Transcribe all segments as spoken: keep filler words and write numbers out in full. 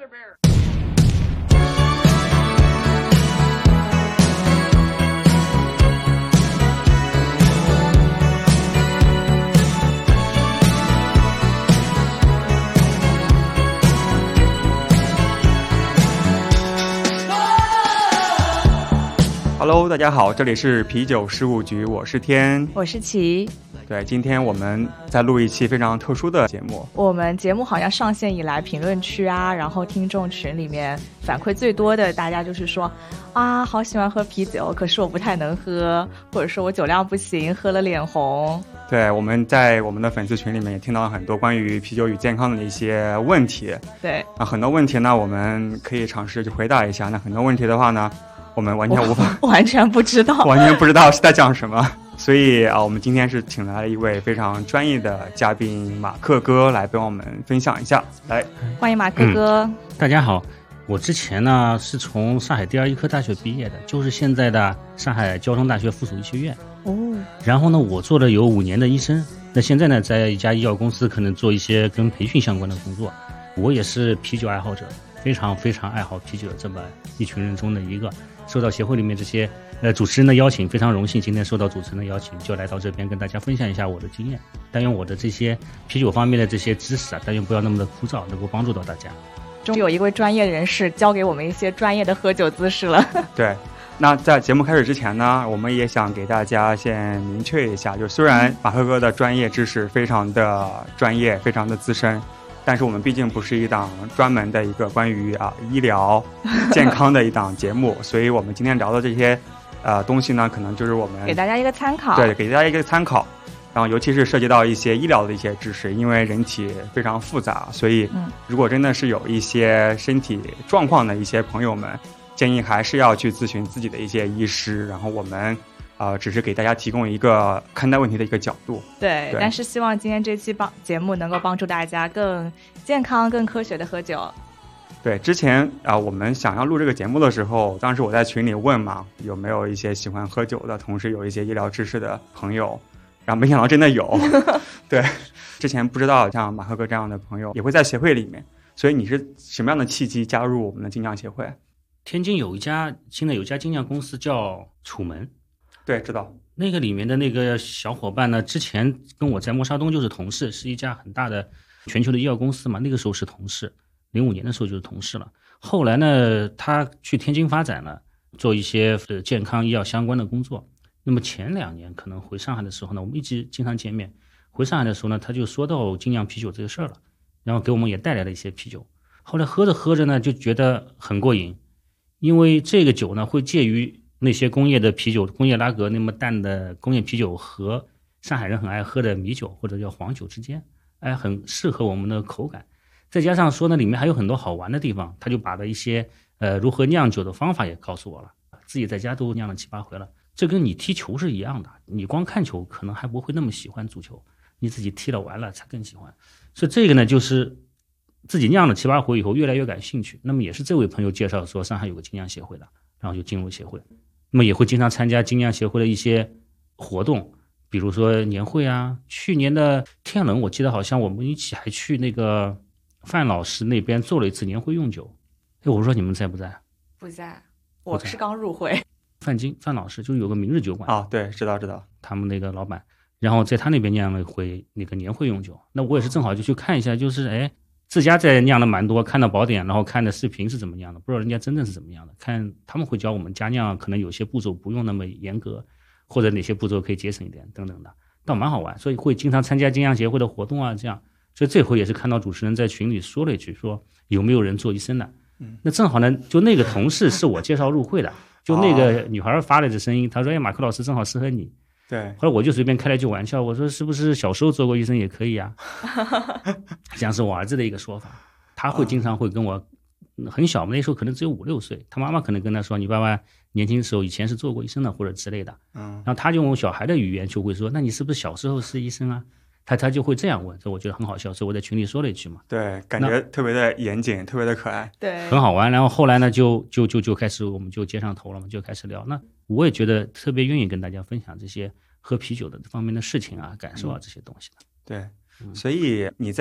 Hello， 大家好，这里是啤酒事务局，我是天， 我是齐。 对，今天我们在录一期非常特殊的节目。 我们节目好像上线以来，评论区啊，然后听众群里面反馈最多的，大家就是说啊，好喜欢喝啤酒，可是我不太能喝，或者说我酒量不行，喝了脸红。 对，我们在我们的粉丝群里面也听到了很多关于啤酒与健康的一些问题。 对， 啊，很多问题呢，我们可以尝试去回答一下。那很多问题的话呢，我们完全无法， 完全不知道， 完全不知道是在讲什么。所以啊，我们今天是请来了一位非常专业的嘉宾马克哥来跟我们分享一下。来， 欢迎马克哥。 嗯、大家好，我之前呢是从上海第二医科大学毕业的，就是现在的上海交通大学附属医学院。 哦。 然后呢，我做了有五年的医生，那现在呢，在一家医药公司可能做一些跟培训相关的工作。我也是啤酒爱好者，非常非常爱好啤酒的这么一群人中的一个。受到协会里面这些呃主持人的邀请，非常荣幸今天受到主持人的邀请，就来到这边跟大家分享一下我的经验。但愿我的这些啤酒方面的这些知识啊，但愿不要那么的枯燥，能够帮助到大家。 终于有一位专业人士教给我们一些专业的喝酒姿势了。 对，那在节目开始之前呢，我们也想给大家先明确一下，就虽然马克哥的专业知识非常的专业，非常的资深，但是我们毕竟不是一档专门的一个关于啊医疗健康的一档节目，所以我们今天聊的这些呃东西呢，可能就是我们给大家一个参考， 对，给大家一个参考。然后尤其是涉及到一些医疗的一些知识，因为人体非常复杂，所以如果真的是有一些身体状况的一些朋友们，建议还是要去咨询自己的一些医师。然后我们呃，只是给大家提供一个看待问题的一个角度。 对, 对，但是希望今天这期帮节目能够帮助大家更健康更科学的喝酒。 对，之前啊、呃，我们想要录这个节目的时候，当时我在群里问嘛，有没有一些喜欢喝酒的，同时有一些医疗知识的朋友，然后没想到真的有。对，之前不知道像马克哥这样的朋友也会在协会里面，所以你是什么样的契机加入我们的精酿协会？ 天津有一家现在有一家精酿公司叫楚门。 对，知道。 那个里面的那个小伙伴呢，之前跟我在默沙东就是同事，是一家很大的全球的医药公司嘛，那个时候是同事，零五年的时候就是同事了。后来呢，他去天津发展了，做一些健康医药相关的工作。那么前两年可能回上海的时候呢，我们一直经常见面。回上海的时候呢，他就说到精酿啤酒这个事儿了，然后给我们也带来了一些啤酒。后来喝着喝着呢，就觉得很过瘾，因为这个酒呢会介于那些工业的啤酒，工业拉格那么淡的工业啤酒和上海人很爱喝的米酒或者叫黄酒之间，哎，很适合我们的口感。再加上说呢，里面还有很多好玩的地方，他就把了一些呃如何酿酒的方法也告诉我了，自己在家都酿了七八回了。这跟你踢球是一样的，你光看球可能还不会那么喜欢足球，你自己踢了完了才更喜欢。所以这个呢，就是自己酿了七八回以后越来越感兴趣。那么也是这位朋友介绍说上海有个精酿协会的，然后就进入协会。那么也会经常参加精酿协会的一些活动，比如说年会啊。去年的天冷，我记得好像我们一起还去那个范老师那边做了一次年会用酒。哎，我说你们在不在？ 不在，我是刚入会。 范金范老师就是有个明日酒馆啊，对，知道知道， 他们那个老板，然后在他那边酿了一回那个年会用酒。那我也是正好就去看一下，就是哎。自家在酿的蛮多，看到宝典，然后看的视频是怎么样的，不知道人家真正是怎么样的。看他们会教我们家酿，可能有些步骤不用那么严格，或者哪些步骤可以节省一点等等的，倒蛮好玩。所以会经常参加精酿协会的活动啊，这样。所以这回也是看到主持人在群里说了一句，说有没有人做医生的？嗯，那正好呢，就那个同事是我介绍入会的，就那个女孩发了这声音，她说：“哎，马克老师正好适合你。” 对， 后来我就随便开了句玩笑，我说是不是小时候做过医生也可以啊？像是我儿子的一个说法，他会经常会跟我，很小嘛，那时候可能只有五六岁，他妈妈可能跟他说，你爸爸年轻的时候以前是做过医生的或者之类的，嗯，然后他就用小孩的语言就会说，那你是不是小时候是医生啊？他他就会这样问，所以我觉得很好笑，所以我在群里说了一句嘛。 对，感觉特别的严谨，特别的可爱， 对， 很好玩。然后后来呢，就就就就开始我们就接上头了嘛，就开始聊。那我也觉得特别愿意跟大家分享这些喝啤酒的这方面的事情啊、感受啊这些东西的。 对，所以你在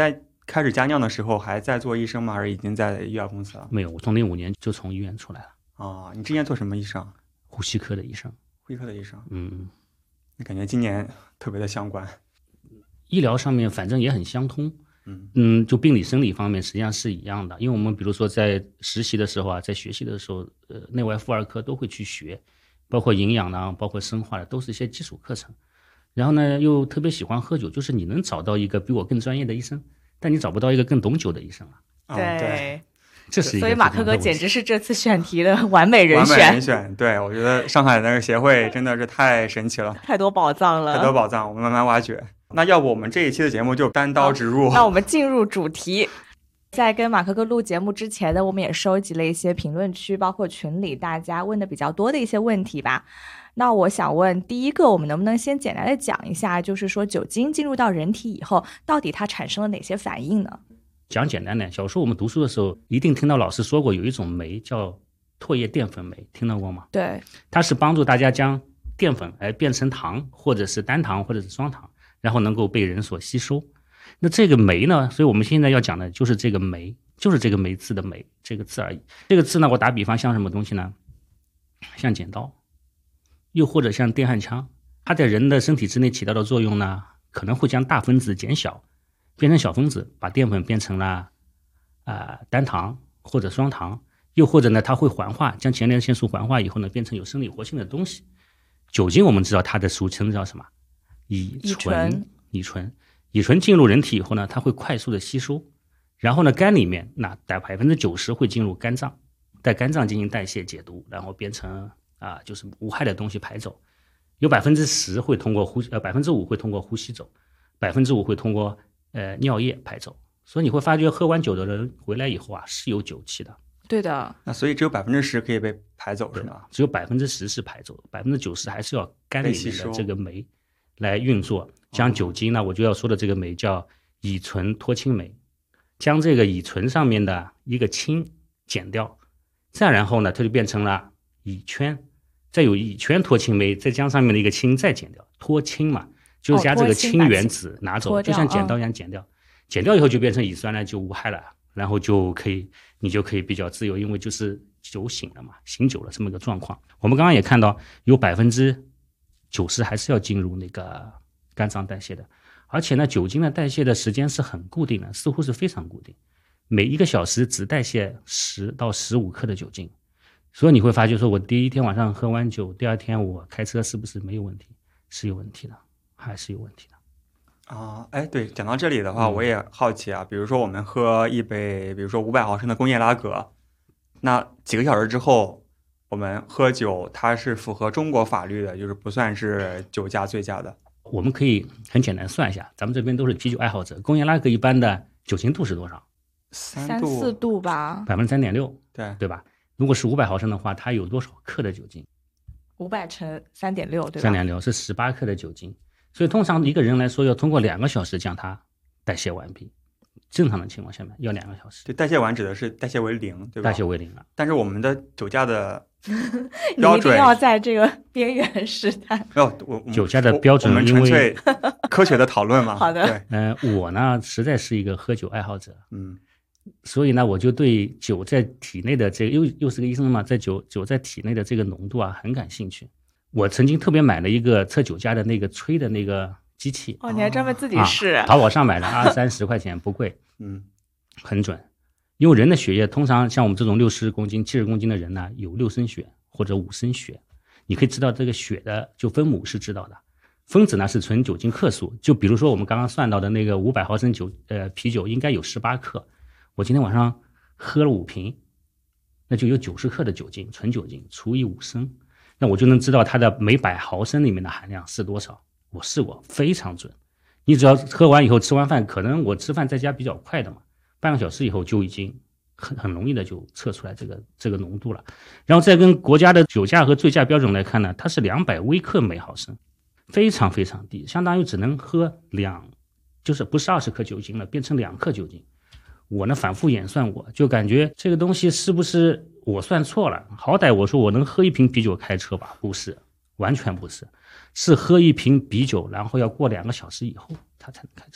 开始家酿的时候还在做医生吗？还是已经在医药公司了？ 没有，我从零五年就从医院出来了。 哦，你之前做什么医生？ 呼吸科的医生。 呼吸科的医生。 嗯， 你感觉今年特别的相关。 医疗上面反正也很相通。 嗯嗯，就病理生理方面实际上是一样的，因为我们比如说在实习的时候啊，在学习的时候，呃，内外妇儿科都会去学，包括营养呢，包括生化的，都是一些基础课程。然后呢，又特别喜欢喝酒，就是你能找到一个比我更专业的医生，但你找不到一个更懂酒的医生了。 哦、 对。 对这是一个所以马克哥简直是这次选题的完美人选。 完美人选，对，我觉得上海那个协会真的是太神奇了， 太多宝藏了， 太多宝藏，我们慢慢挖掘。那要不我们这一期的节目就单刀直入。 那我们进入主题。在跟马克哥录节目之前呢，我们也收集了一些评论区包括群里大家问的比较多的一些问题吧。那我想问第一个，我们能不能先简单的讲一下，就是说酒精进入到人体以后到底它产生了哪些反应呢？ 讲简单的，小时候我们读书的时候一定听到老师说过有一种酶叫唾液淀粉酶，听到过吗？ 对， 它是帮助大家将淀粉来变成糖，或者是单糖或者是双糖，然后能够被人所吸收。那这个酶呢，所以我们现在要讲的就是这个酶，就是这个酶字的酶这个字而已。这个字呢，我打比方像什么东西呢？像剪刀，又或者像电焊枪，它在人的身体之内起到的作用呢，可能会将大分子减小，变成小分子，把淀粉变成了啊、呃、单糖或者双糖，又或者呢，它会环化，将前列腺素环化以后呢，变成有生理活性的东西。酒精我们知道它的俗称叫什么？乙醇。乙醇，乙醇进入人体以后呢，它会快速的吸收，然后呢，肝里面那百分之九十会进入肝脏，在肝脏进行代谢解毒，然后变成啊、呃、就是无害的东西排走。有百分之十会通过呼呃百分之五会通过呼吸走，百分之五会通过呃尿液排走。所以你会发觉喝完酒的人回来以后啊是有酒气的。 对的。 那所以只有百分之十可以被排走是吗？ 只有百分之十是排走，百分之九十还是要肝里面的这个酶来运作。将酒精呢，我就要说的这个酶叫乙醇脱氢酶，将这个乙醇上面的一个氢减掉，再然后呢，它就变成了乙醛，再有乙醛脱氢酶，再将上面的一个氢再减掉，脱氢嘛，就是将这个氢原子拿走， 哦、 就像剪刀一样剪掉，剪掉以后就变成乙酸呢，就无害了，然后就可以你就可以比较自由，因为就是酒醒了嘛，醒酒了这么一个状况。我们刚刚也看到有百分之九十还是要进入那个肝脏代谢的，而且呢，酒精的代谢的时间是很固定的，似乎是非常固定，每一个小时只代谢十到十五克的酒精，所以你会发觉说，我第一天晚上喝完酒，第二天我开车是不是没有问题？是有问题的，还是有问题的。 啊，哎，对，讲到这里的话，我也好奇啊，比如说我们喝一杯，比如说五百毫升的工业拉格，那几个小时之后，我们喝酒，它是符合中国法律的，就是不算是酒驾醉驾的。 我们可以很简单算一下，咱们这边都是啤酒爱好者，工业拉格一般的酒精度是多少？ 三四度吧， 百分之三点六， 对对吧？如果是五百毫升的话，它有多少克的酒精？ 五百乘三点六，对吧？ 三点六是十八克的酒精，所以通常一个人来说要通过两个小时将它代谢完毕。正常的情况下面要两个小时。 对，代谢完指的是代谢为零，对吧？ 代谢为零了。 但是我们的酒驾的标准，你一定要在这个边缘试探。 没有，我酒驾的标准， 我们纯粹科学的讨论嘛。 好的。 对， 呃，我呢实在是一个喝酒爱好者， 嗯， 所以呢，我就对酒在体内的这个又又是个医生嘛，在酒酒在体内的这个浓度啊很感兴趣。我曾经特别买了一个测酒驾的那个吹的那个机器。 哦，你还专门自己试？ 啊、淘宝上买的，二三十块钱，不贵， 嗯， 很准。因为人的血液通常像我们这种六十公斤、七十公斤的人呢，有六升血或者五升血，你可以知道这个血的就分母是知道的，分子呢是纯酒精克数。就比如说我们刚刚算到的那个五百毫升酒呃啤酒应该有十八克，我今天晚上喝了五瓶，那就有九十克的酒精，纯酒精除以五升，那我就能知道它的每百毫升里面的含量是多少。我试过，非常准。你只要喝完以后吃完饭，可能我吃饭在家比较快的嘛，半个小时以后就已经很很容易的就测出来这个这个浓度了。然后再跟国家的酒驾和醉驾标准来看呢，它是两百微克每毫升，非常非常低，相当于只能喝两，就是不是二十克酒精了，变成两克酒精。我呢反复演算过，就感觉这个东西是不是我算错了？好歹我说我能喝一瓶啤酒开车吧？不是，完全不是，是喝一瓶啤酒，然后要过两个小时以后他才能开车。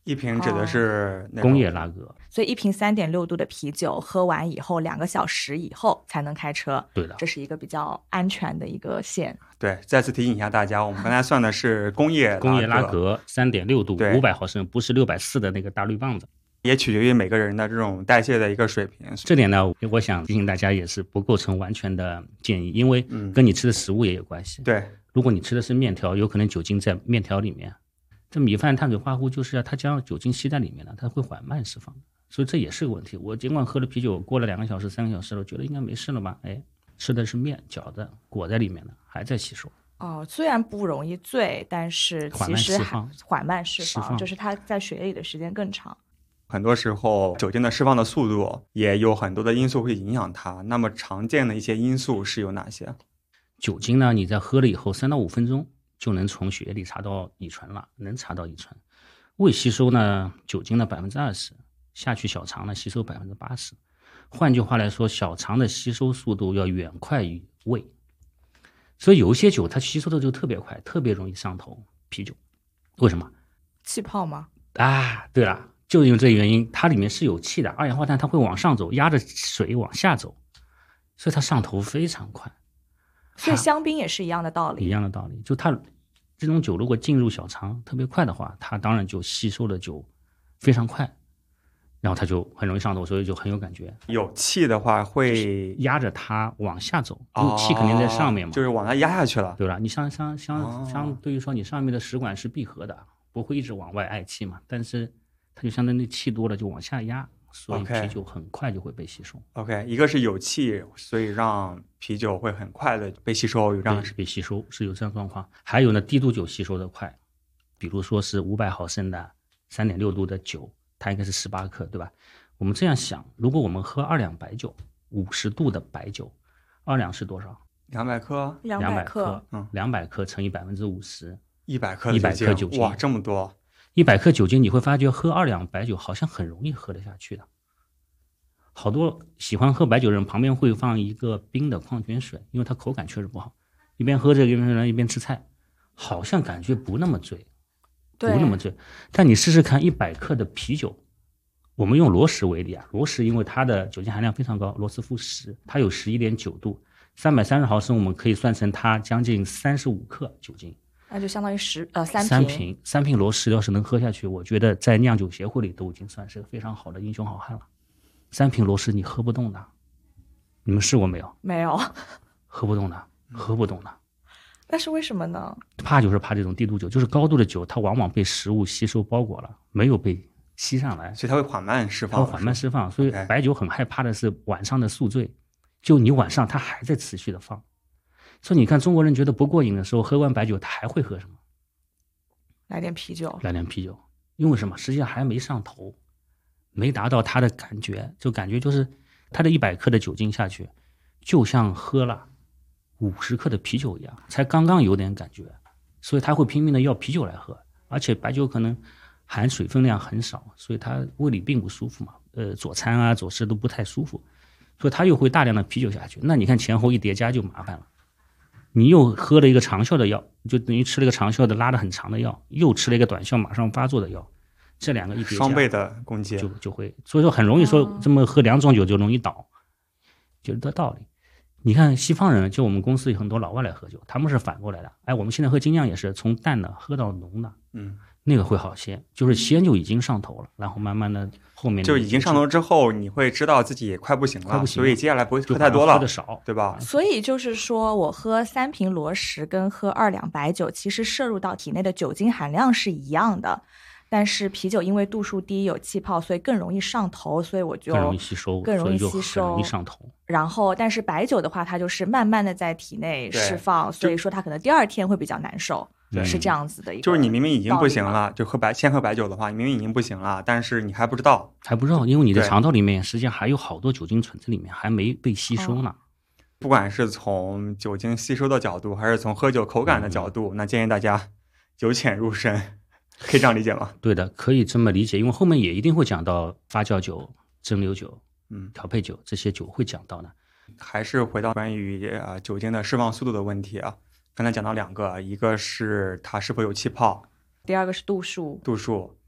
一瓶指的是那种工业拉格。 所以一瓶三点六度的啤酒喝完以后，两个小时以后才能开车。 对的， 这是一个比较安全的一个线。 对，再次提醒一下大家，我们刚才算的是工业工业拉格三点六度，五百毫升，不是六百四的那个大绿棒子。 也取决于每个人的这种代谢的一个水平。 这点呢，我想提醒大家，也是不构成完全的建议，因为跟你吃的食物也有关系。 嗯、对， 如果你吃的是面条，有可能酒精在面条里面。这米饭、碳水化合物就是要它将酒精吸在里面了，它会缓慢释放，所以这也是个问题。我尽管喝了啤酒，过了两个小时、三个小时了，我觉得应该没事了吧？哎，吃的是面饺子，裹在里面的，还在吸收。 哦，虽然不容易醉，但是其实还缓慢释放，释放就是它在血液里的时间更长。 很多时候酒精的释放的速度也有很多的因素会影响它。那么常见的一些因素是有哪些？ 酒精呢，你在喝了以后三到五分钟就能从血液里查到乙醇了，能查到乙醇。胃吸收呢，酒精的百分之二十，下去小肠呢吸收百分之八十。换句话来说，小肠的吸收速度要远快于胃。所以有一些酒它吸收的就特别快，特别容易上头。啤酒为什么？ 气泡吗？ 啊，对了，就因为这个原因，它里面是有气的，二氧化碳它会往上走，压着水往下走，所以它上头非常快。 所以香槟也是一样的道理， 一样的道理。就它这种酒如果进入小肠特别快的话，它当然就吸收的就非常快，然后它就很容易上头，所以就很有感觉。 有气的话会压着它往下走，因为气肯定在上面嘛， 哦、就是往它压下去了， 对吧？你相相相相对于说，你上面的食管是闭合的，不会一直往外爱气嘛，但是它就相当于气多了就往下压。所以啤酒很快就会被吸收。 OK， 一个是有气，所以让啤酒会很快的被吸收，有这样被吸收是有这样状况。还有呢，低度酒吸收的快，比如说是五百毫升的三点六度的酒，它应该是十八克，对吧？我们这样想，如果我们喝二两白酒，五十度的白酒，二两是多少？ 两百克， 两百克， 嗯，两百克乘以百分之五十， 一百克， 一百克酒精， 哇，这么多！ 一百克酒精，你会发觉喝二两白酒好像很容易喝得下去的。好多喜欢喝白酒的人旁边会放一个冰的矿泉水，因为它口感确实不好。一边喝这个一边一边吃菜，好像感觉不那么醉，不那么醉。但你试试看一百克的啤酒，我们用罗什为例啊，罗什因为它的酒精含量非常高，罗斯福十，它有十一点九度，三百三十毫升，我们可以算成它将近三十五克酒精。 那就相当于十呃三瓶三瓶三瓶罗什要是能喝下去，我觉得在酿酒协会里都已经算是个非常好的英雄好汉了。三瓶罗什你喝不动的，你们试过没有？ 没有， 喝不动的，喝不动的。 那是为什么呢？ 怕就是怕这种低度酒，就是高度的酒，它往往被食物吸收包裹了，没有被吸上来， 所以它会缓慢释放。 它会缓慢释放，所以白酒很害怕的是晚上的宿醉，就你晚上它还在持续的放。所以你看中国人觉得不过瘾的时候，喝完白酒他还会喝什么？ 来点啤酒， 来点啤酒，因为什么？实际上还没上头。没达到他的感觉，就感觉就是他的一百克的酒精下去，就像喝了五十克的啤酒一样，才刚刚有点感觉，所以他会拼命的要啤酒来喝，而且白酒可能含水分量很少，所以他胃里并不舒服嘛，呃，佐餐啊、佐食都不太舒服，所以他又会大量的啤酒下去。那你看前后一叠加就麻烦了，你又喝了一个长效的药，就等于吃了一个长效的拉得很长的药，又吃了一个短效马上发作的药。这两个一叠加双倍的攻击， 就就会，所以说很容易说这么喝两种酒就容易倒，就是这道理。你看西方人，就我们公司有很多老外来喝酒，他们是反过来的。哎，我们现在喝精酿也是从淡的喝到浓的， 嗯， 那个会好些，就是先就已经上头了，然后慢慢的后面就已经上头之后，你会知道自己快不行了， 快不行所以接下来不会喝太多了， 喝的少， 对吧？ 所以就是说我喝三瓶罗什跟喝二两白酒，其实摄入到体内的酒精含量是一样的。但是啤酒因为度数低有气泡，所以更容易上头，所以我就更容易吸收， 更容易吸收， 很容易上头。 然后，但是白酒的话，它就是慢慢的在体内释放，所以说它可能第二天会比较难受，是这样子的一个。 就是你明明已经不行了，就喝白先喝白酒的话，你明明已经不行了，但是你还不知道， 还不知道，因为你的肠道里面实际上还有好多酒精存在里面，还没被吸收呢。 哦不管是从酒精吸收的角度，还是从喝酒口感的角度，嗯、那建议大家由浅入深。可以这样理解吗？ 对的，可以这么理解，因为后面也一定会讲到发酵酒、蒸馏酒、嗯、调配酒这些酒会讲到的。 还是回到关于呃酒精的释放速度的问题啊，刚才讲到两个，一个是它是否有气泡， 第二个是度数。 度数，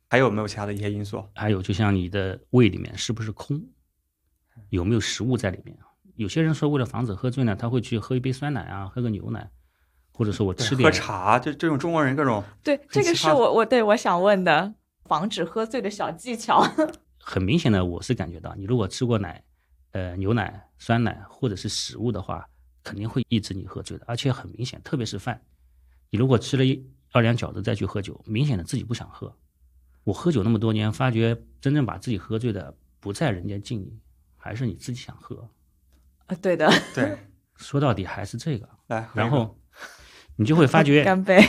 还有没有其他的一些因素？ 还有就像你的胃里面是不是空，有没有食物在里面。有些人说为了防止喝醉呢，他会去喝一杯酸奶啊，喝个牛奶，或者说我吃点喝茶，就这种中国人各种对，这个是我我对我想问的防止喝醉的小技巧。 很明显的，我是感觉到你如果吃过奶、呃牛奶、酸奶或者是食物的话，肯定会抑制你喝醉的，而且很明显，特别是饭，你如果吃了一二两饺子再去喝酒，明显的自己不想喝。我喝酒那么多年，发觉真正把自己喝醉的不在人家敬你，还是你自己想喝。 呃，对的， 对， 说到底还是这个。 来， 然后你就会发觉， 干杯。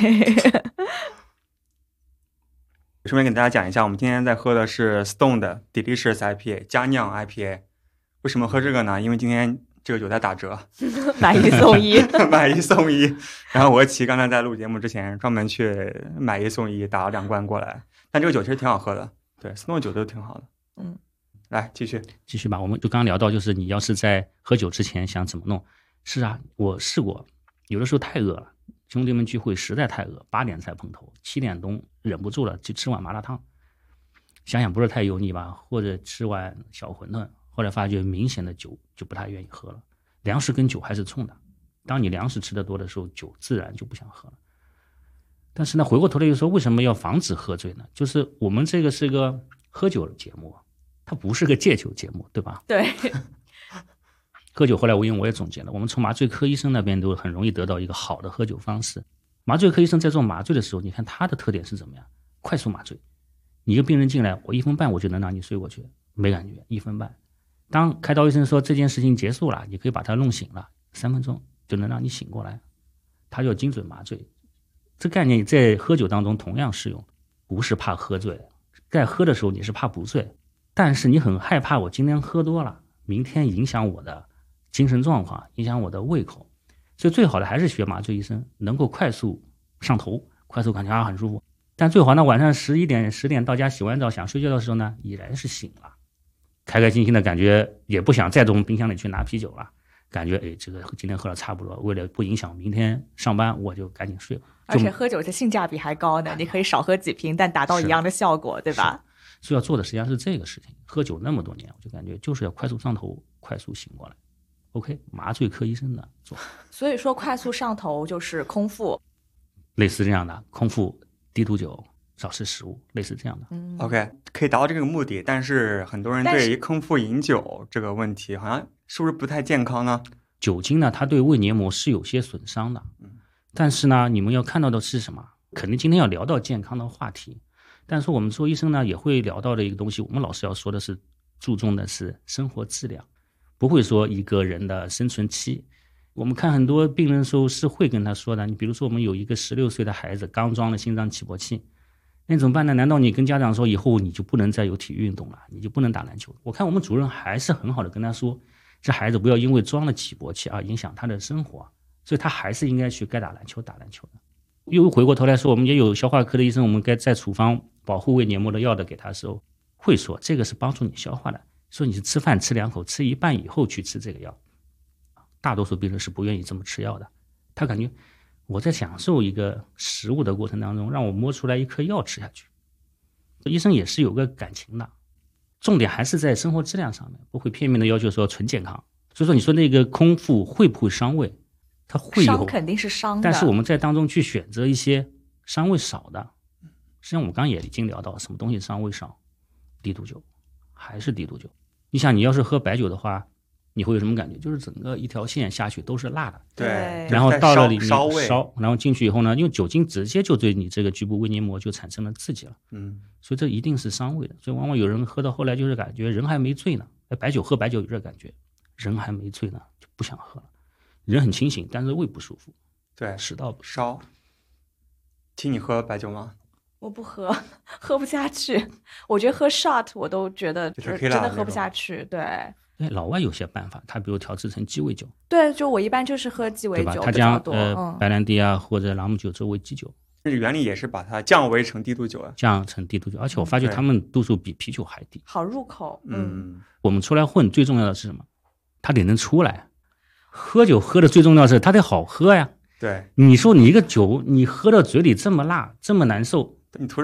顺便给大家讲一下，我们今天在喝的是 Stone 的 Delicious I P A 加酿 I P A。为什么喝这个呢？因为今天这个酒在打折， 买一送一， 买一送一。然后我和齐刚才在录节目之前专门去买一送一，打了两罐过来。但这个酒其实挺好喝的，对 Stone 酒都挺好的。 嗯， 来继续继续吧。我们就刚刚聊到，就是你要是在喝酒之前想怎么弄。是啊，我试过，有的时候太饿了，兄弟们聚会实在太饿，八点才碰头，七点钟忍不住了就吃碗麻辣烫，想想不是太油腻吧，或者吃碗小馄饨，后来发觉明显的酒就不太愿意喝了。粮食跟酒还是冲的，当你粮食吃得多的时候，酒自然就不想喝了。但是呢，回过头来又说，为什么要防止喝醉呢？就是我们这个是个喝酒的节目，它不是个戒酒节目，对吧？ 对。 喝酒后来我因为我也总结了，我们从麻醉科医生那边都很容易得到一个好的喝酒方式。麻醉科医生在做麻醉的时候，你看他的特点是怎么样？快速麻醉，你一个病人进来，我一分半我就能让你睡过去，没感觉，一分半。当开刀医生说这件事情结束了，你可以把他弄醒了，三分钟就能让你醒过来，他叫精准麻醉。这概念在喝酒当中同样适用，不是怕喝醉，在喝的时候你是怕不醉，但是你很害怕我今天喝多了，明天影响我的精神状况，影响我的胃口。所以最好的还是学麻醉医生，能够快速上头，快速感觉啊很舒服。但最好呢，晚上十一点十点到家洗完澡想睡觉的时候呢，已然是醒了，开开心心的感觉，也不想再从冰箱里去拿啤酒了，感觉哎，这个今天喝了差不多，为了不影响明天上班，我就赶紧睡了。 而且喝酒的性价比还高呢，你可以少喝几瓶，但达到一样的效果，对吧？ 所以要做的实际上是这个事情。喝酒那么多年，我就感觉就是要快速上头，快速醒过来。OK， 麻醉科医生的做。 所以说快速上头就是空腹， 类似这样的空腹、低度酒、少吃食物，类似这样的。 嗯 OK， 可以达到这个目的，但是很多人对于空腹饮酒这个问题，好像是不是不太健康呢？ 酒精呢，它对胃黏膜是有些损伤的。但是呢，你们要看到的是什么？肯定今天要聊到健康的话题，但是我们做医生呢，也会聊到的一个东西，我们老师要说的是，注重的是生活质量，不会说一个人的生存期。我们看很多病人的时候是会跟他说的，你比如说我们有一个十六岁的孩子刚装了心脏起搏器，那怎么办呢？难道你跟家长说以后你就不能再有体育运动了，你就不能打篮球？我看我们主任还是很好的跟他说，这孩子不要因为装了起搏器而影响他的生活，所以他还是应该去该打篮球打篮球的。又回过头来说，我们也有消化科的医生，我们该在处方保护胃黏膜的药的给他的时候，会说这个是帮助你消化的，说你是吃饭吃两口，吃一半以后去吃这个药。大多数病人是不愿意这么吃药的，他感觉我在享受一个食物的过程当中，让我摸出来一颗药吃下去。医生也是有个感情的，重点还是在生活质量上面，不会片面的要求说纯健康。所以说你说那个空腹会不会伤胃？它会有， 伤肯定是伤的， 但是我们在当中去选择一些伤胃少的。实际上我们刚刚也已经聊到什么东西伤胃少，低度酒还是低度酒。你想你要是喝白酒的话，你会有什么感觉？就是整个一条线下去都是辣的， 对， 然后到了里面烧烧，然后进去以后呢，因为酒精直接就对你这个局部胃黏膜就产生了刺激了， 嗯， 所以这一定是伤胃的。所以往往有人喝到后来就是感觉人还没醉呢，白酒喝白酒有这感觉，人还没醉呢就不想喝了，人很清醒，但是胃不舒服， 对， 食道烧。听你喝白酒吗？ 我不喝，喝不下去。我觉得喝 shot 我都觉得就是真的喝不下去。对， 对，老外有些办法，他比如调制成鸡尾酒。 对，就我一般就是喝鸡尾酒他将比较多， 呃、 嗯、 白兰地啊或者朗姆酒作为基酒。 这原理也是把它降为成低度酒啊， 降成低度酒，而且我发觉他们度数比啤酒还低， 好入口。 嗯， 我们出来混最重要的是什么？他得能出来。喝酒喝的最重要的是他得好喝呀。 对， 你说你一个酒你喝到嘴里这么辣这么难受， 你图啥？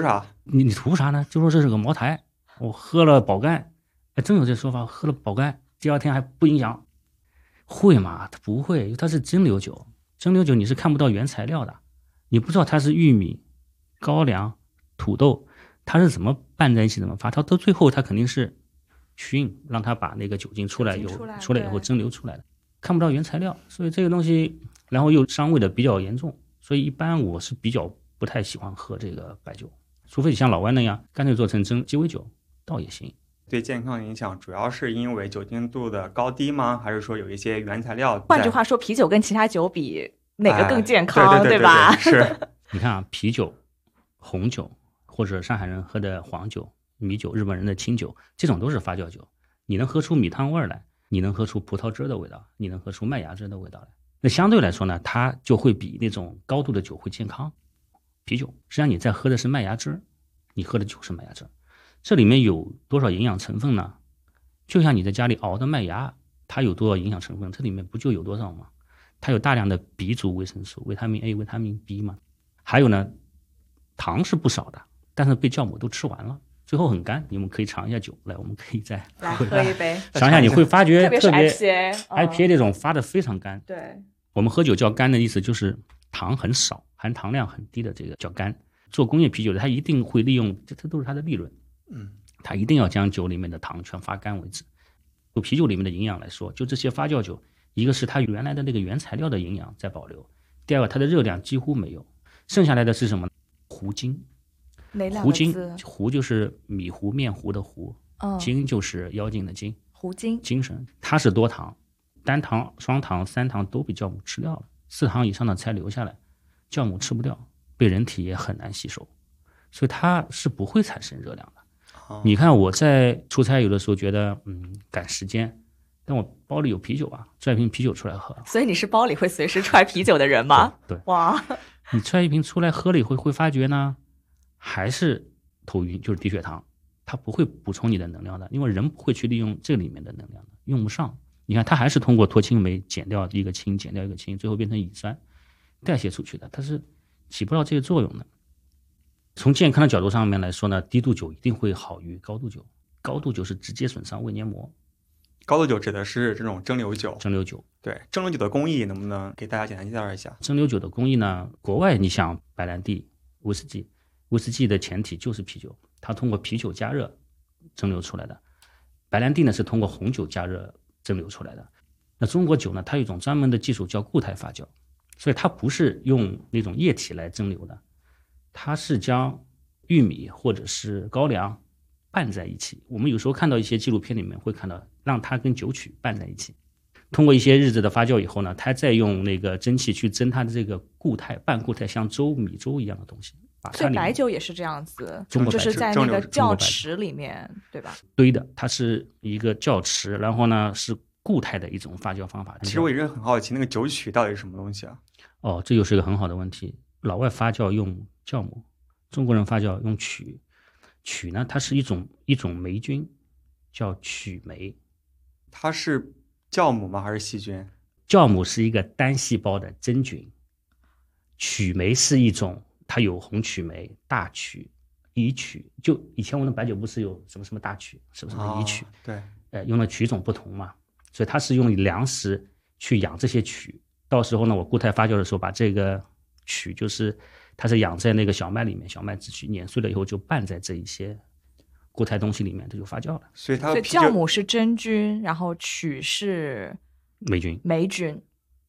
你你图啥呢？就说这是个茅台，我喝了保肝，哎，真有这说法，喝了保肝，第二天还不影响。会吗？它不会，它是蒸馏酒，蒸馏酒你是看不到原材料的，你不知道它是玉米、高粱、土豆，它是怎么拌在一起怎么发，它到最后它肯定是熏，让它把那个酒精出来以后，出来以后蒸馏出来的，看不到原材料，所以这个东西，然后又伤胃的比较严重，所以一般我是比较不太喜欢喝这个白酒，除非像老外那样干脆做成蒸鸡尾酒，倒也行。 对健康的影响主要是因为酒精度的高低吗？还是说有一些原材料？ 换句话说，啤酒跟其他酒比，哪个更健康？ 哎、对, 对, 对, 对, 对吧？ 是。 你看啊，啤酒、红酒或者上海人喝的黄酒、米酒、日本人的清酒，这种都是发酵酒。你能喝出米汤味来，你能喝出葡萄汁的味道，你能喝出麦芽汁的味道来。那相对来说呢，它就会比那种高度的酒会健康。啤酒实际上你在喝的是麦芽汁，你喝的酒是麦芽汁。这里面有多少营养成分呢？就像你在家里熬的麦芽，它有多少营养成分，这里面不就有多少吗？它有大量的 B 族维生素、维他命 A、维他命 B 嘛。还有呢，糖是不少的，但是被酵母都吃完了，最后很干。你们可以尝一下酒，来，我们可以再来喝一杯， 想想你会发觉， 特别是 I P A， I P A 这种发的非常干。 对， 我们喝酒叫干的意思就是糖很少，含糖量很低的这个叫干。做工业啤酒的，它一定会利用，这这都是它的利润。 嗯， 它一定要将酒里面的糖全发干为止。就啤酒里面的营养来说，就这些发酵酒，一个是它原来的那个原材料的营养在保留，第二个它的热量几乎没有，剩下来的是什么？糊精。 哪两个字？糊精，糊就是米糊、面糊的糊，嗯，精就是妖精的精。 糊精， 精神，它是多糖，单糖、双糖、三糖都被酵母吃掉了，四糖以上的才留下来，酵母吃不掉，被人体也很难吸收，所以它是不会产生热量的。你看我在出差有的时候觉得嗯赶时间，但我包里有啤酒啊，拽一瓶啤酒出来喝。 所以你是包里会随时揣啤酒的人吗？ 对, 对哇， 你揣一瓶出来喝了以后会发觉呢，还是头晕，就是低血糖，它不会补充你的能量的，因为人不会去利用这里面的能量的，用不上。你看它还是通过脱氢酶减掉一个氢，减掉一个氢，最后变成乙酸代谢出去的，它是起不到这个作用的。从健康的角度上面来说呢，低度酒一定会好于高度酒。高度酒是直接损伤胃黏膜。 高度酒指的是这种蒸馏酒。 蒸馏酒， 对，蒸馏酒的工艺能不能给大家简单介绍一下？ 蒸馏酒的工艺呢，国外你想白兰地、威士忌，威士忌的前体就是啤酒，它通过啤酒加热蒸馏出来的。白兰地呢是通过红酒加热蒸馏出来的。那中国酒呢，它有一种专门的技术叫固态发酵，所以它不是用那种液体来蒸馏的。它是将玉米或者是高粱拌在一起，我们有时候看到一些纪录片里面会看到，让它跟酒曲拌在一起，通过一些日子的发酵以后呢，它再用那个蒸汽去蒸它的这个固态、半固态，像粥、米粥一样的东西。 所以白酒也是这样子， 中国就是在那个窖池里面，对吧？ 堆的，它是一个窖池，然后呢是固态的一种发酵方法。 其实我一直很好奇，那个酒曲到底是什么东西啊？ 哦，这又是一个很好的问题。老外发酵用酵母，中国人发酵用曲。曲呢，它是一种一种霉菌，叫曲霉。 它是酵母吗？还是细菌？ 酵母是一个单细胞的真菌，曲霉是一种，它有红曲霉、大曲、乙曲。就以前我们的白酒不是有什么什么大曲，什么什么乙曲？ 哦、对， 呃，用的曲种不同嘛，所以它是用粮食去养这些曲。到时候呢，我固态发酵的时候，把这个曲就是它是养在那个小麦里面，小麦子曲碾碎了以后就拌在这一些固态东西里面，这就发酵了。 所以它所以酵母是真菌，然后曲是霉菌。 霉菌。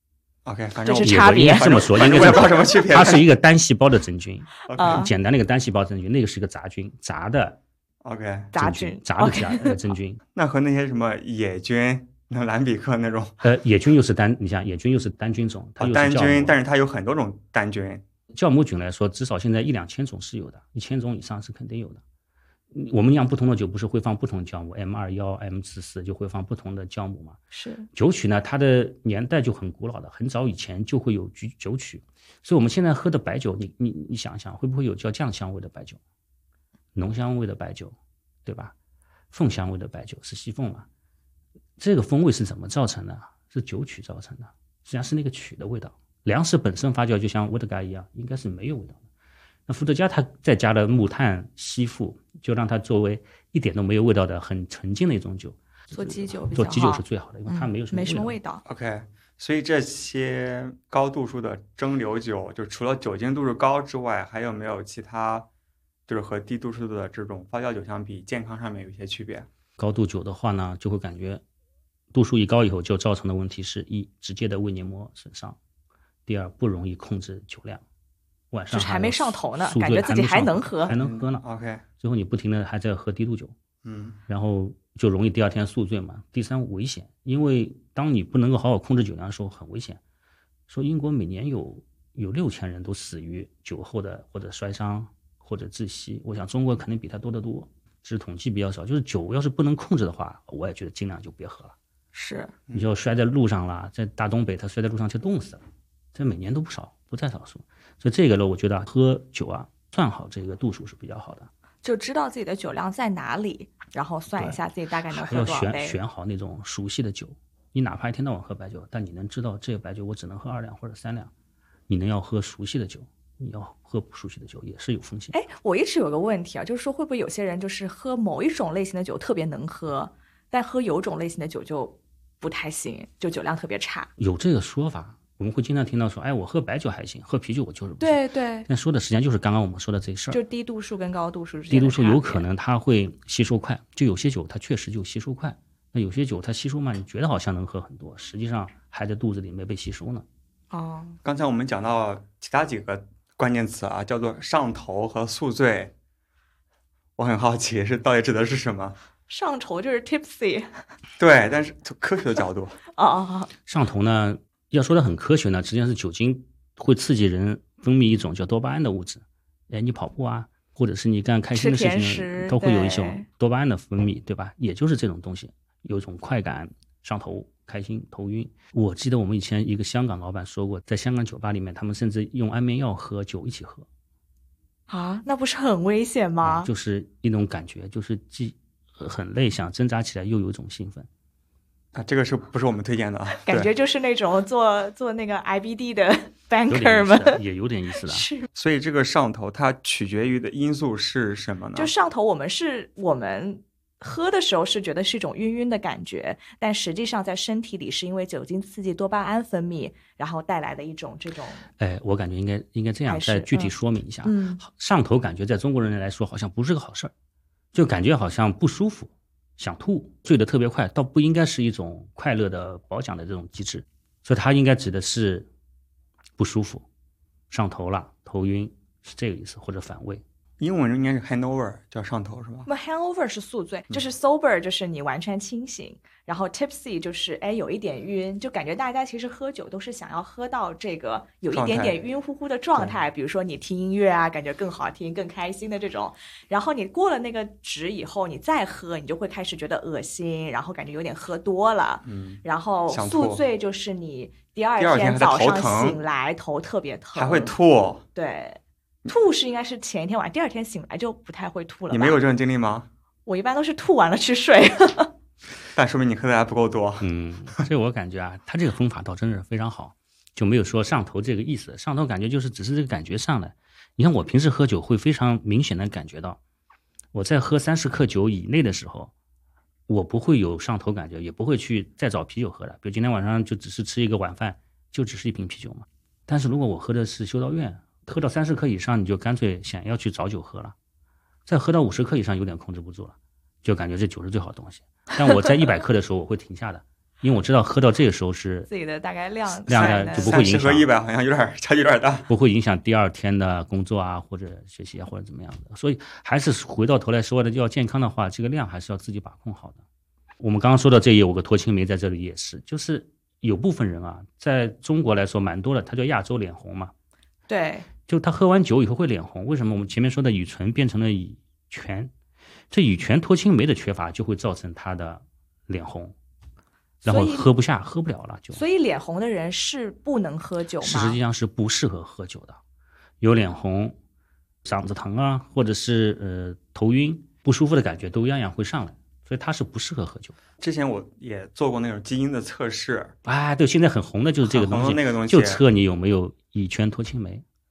OK， 反正这是差别。 应该这么说，应该这么说，什么区别？ 它是一个单细胞的真菌， okay, 简单的一个单细胞真菌，那个是一个杂菌，杂的 OK 杂菌，杂的杂的真菌。 那和那些什么野菌、那兰比克那种， 呃，野菌又是单，你像野菌又是单菌种，它又是单菌，但是它有很多种单菌。 酵母菌来说，至少现在一两千种是有的，一千种以上是肯定有的。我们酿不同的酒，不是会放不同的酵母 M 二十一、M 四十四 就会放不同的酵母嘛？ 是。 酒曲呢，它的年代就很古老的，很早以前就会有酒曲。所以我们现在喝的白酒，你你你想一想，会不会有叫酱香味的白酒、浓香味的白酒，对吧？凤香味的白酒是西凤嘛？这个风味是怎么造成的？是酒曲造成的，实际上是那个曲的味道。粮食本身发酵就像伏特加一样，应该是没有味道的。 那伏特加它再加了木炭吸附，就让它作为一点都没有味道的很纯净的一种酒。 做基酒比较好， 做基酒是最好的，因为它没有什么嗯、没什么味味道。 OK， 所以这些高度数的蒸馏酒，就除了酒精度数高之外，还有没有其他，就是和低度数的这种发酵酒相比，健康上面有一些区别？ 高度酒的话呢，就会感觉度数一高以后，就造成的问题是：一，直接的胃黏膜损伤；第二，不容易控制酒量，晚上就是还没上头呢， 宿感觉自己还能喝， 还能喝呢。 嗯、OK， 最后你不停的还在喝低度酒， 嗯， 然后就容易第二天宿醉嘛。第三，危险，因为当你不能够好好控制酒量的时候，很危险。说英国每年有有六千人都死于酒后的或者摔伤或者窒息，我想中国肯定比他多得多，只是统计比较少。就是酒要是不能控制的话，我也觉得尽量就别喝了。 是， 你就摔在路上了，在大东北他摔在路上就冻死了，这每年都不少，不在少数。所以这个呢，我觉得喝酒啊，算好这个度数是比较好的， 就知道自己的酒量在哪里，然后算一下自己大概能喝多少杯。 还要选选好那种熟悉的酒，你哪怕一天到晚喝白酒，但你能知道这个白酒我只能喝二两或者三两，你能要喝熟悉的酒，你要喝不熟悉的酒也是有风险。 哎，我一直有个问题啊，就是说会不会有些人就是喝某一种类型的酒特别能喝，但喝有种类型的酒就不太行，就酒量特别差？ 有这个说法，我们会经常听到说，哎，我喝白酒还行，喝啤酒我就是不行。 对对， 但说的实际上就是刚刚我们说的这事儿， 就低度数跟高度数之间低度数的差别有可能它会吸收快，就有些酒它确实就吸收快，那有些酒它吸收慢，你觉得好像能喝很多，实际上还在肚子里没被吸收呢。 哦， 刚才我们讲到其他几个关键词啊，叫做上头和宿醉，我很好奇是到底指的是什么？ 上头就是 tipsy。 对，但是从科学的角度， 哦哦哦， 上头呢，要说的很科学呢，实际上是酒精会刺激人分泌一种叫多巴胺的物质。哎，你跑步啊，或者是你干开心的事吃甜情， 食都会有一对种多巴胺的分泌，对吧？也就是这种东西，有一种快感、上头、开心、头晕。我记得我们以前一个香港老板说过，在香港酒吧里面，他们甚至用安眠药和酒一起喝。 啊，那不是很危险吗？ 啊，就是一种感觉，就是既很累，想挣扎起来，又有一种兴奋。 啊，这个是不是我们推荐的啊？ 感觉对， 就是那种做做那个 I B D 的有 banker 点意思们， 的，也有点意思的。 是所以这个上头它取决于的因素是什么呢？ 就上头，我们是我们喝的时候是觉得是一种晕晕的感觉，但实际上在身体里是因为酒精刺激多巴胺分泌，然后带来的一种这种哎，我感觉应该应该这样还是再具体嗯说明一下。 嗯上头感觉在中国人来说好像不是个好事儿，就感觉好像不舒服，想吐，醉得特别快，倒不应该是一种快乐的褒奖的这种机制，所以它应该指的是不舒服，上头了，头晕，是这个意思，或者反胃。 英文应该是 hangover， 叫上头是吧？ 那么 hangover 是宿醉，就是 sober 就是你完全清醒，然后 tipsy 就是哎有一点晕，就感觉大家其实喝酒都是想要喝到这个有一点点晕乎乎的状态，比如说你听音乐啊，感觉更好听、更开心的这种。然后你过了那个值以后，你再喝，你就会开始觉得恶心，然后感觉有点喝多了。 嗯， 然后想吐宿醉就是你第二第二天还在早上头疼醒来头特别疼， 还会吐。 对。吐是应该是前一天晚上，第二天醒来就不太会吐了吧。 你没有这种经历吗？ 我一般都是吐完了去睡。 但说明你喝的还不够多。 嗯，所以我感觉啊，他这个方法倒真是非常好，就没有说上头这个意思。上头感觉就是只是这个感觉上来。你看我平时喝酒会非常明显的感觉到，我在喝三十克酒以内的时候，我不会有上头感觉，也不会去再找啤酒喝了。比如今天晚上就只是吃一个晚饭，就只是一瓶啤酒嘛。但是如果我喝的是修道院，喝到三十克以上，你就干脆想要去找酒喝了。再喝到五十克以上，有点控制不住了，就感觉这酒是最好的东西。但我在一百克的时候，我会停下的，因为我知道喝到这个时候是自己的大概量量才能就不会影响三十和一百好像有点差距有点大。 不会影响第二天的工作啊，或者学习啊，或者怎么样的。所以还是回到头来说的，要健康的话，这个量还是要自己把控好的。我们刚刚说到这有个脱青梅在这里也是，就是有部分人啊，在中国来说蛮多的，他叫亚洲脸红嘛。 对， 就他喝完酒以后会脸红，为什么？我们前面说的乙醇变成了乙醛，这乙醛脱青梅的缺乏就会造成他的脸红，然后所以喝不下，喝不了了就。 所以脸红的人是不能喝酒吗？ 实际上是不适合喝酒的，有脸红、嗓子疼啊，或者是呃头晕、不舒服的感觉都样样会上来，所以他是不适合喝酒的。 之前我也做过那种基因的测试， 哎，对，现在很红的就是这个东西， 很红的那个东西就测你有没有乙醛脱青酶。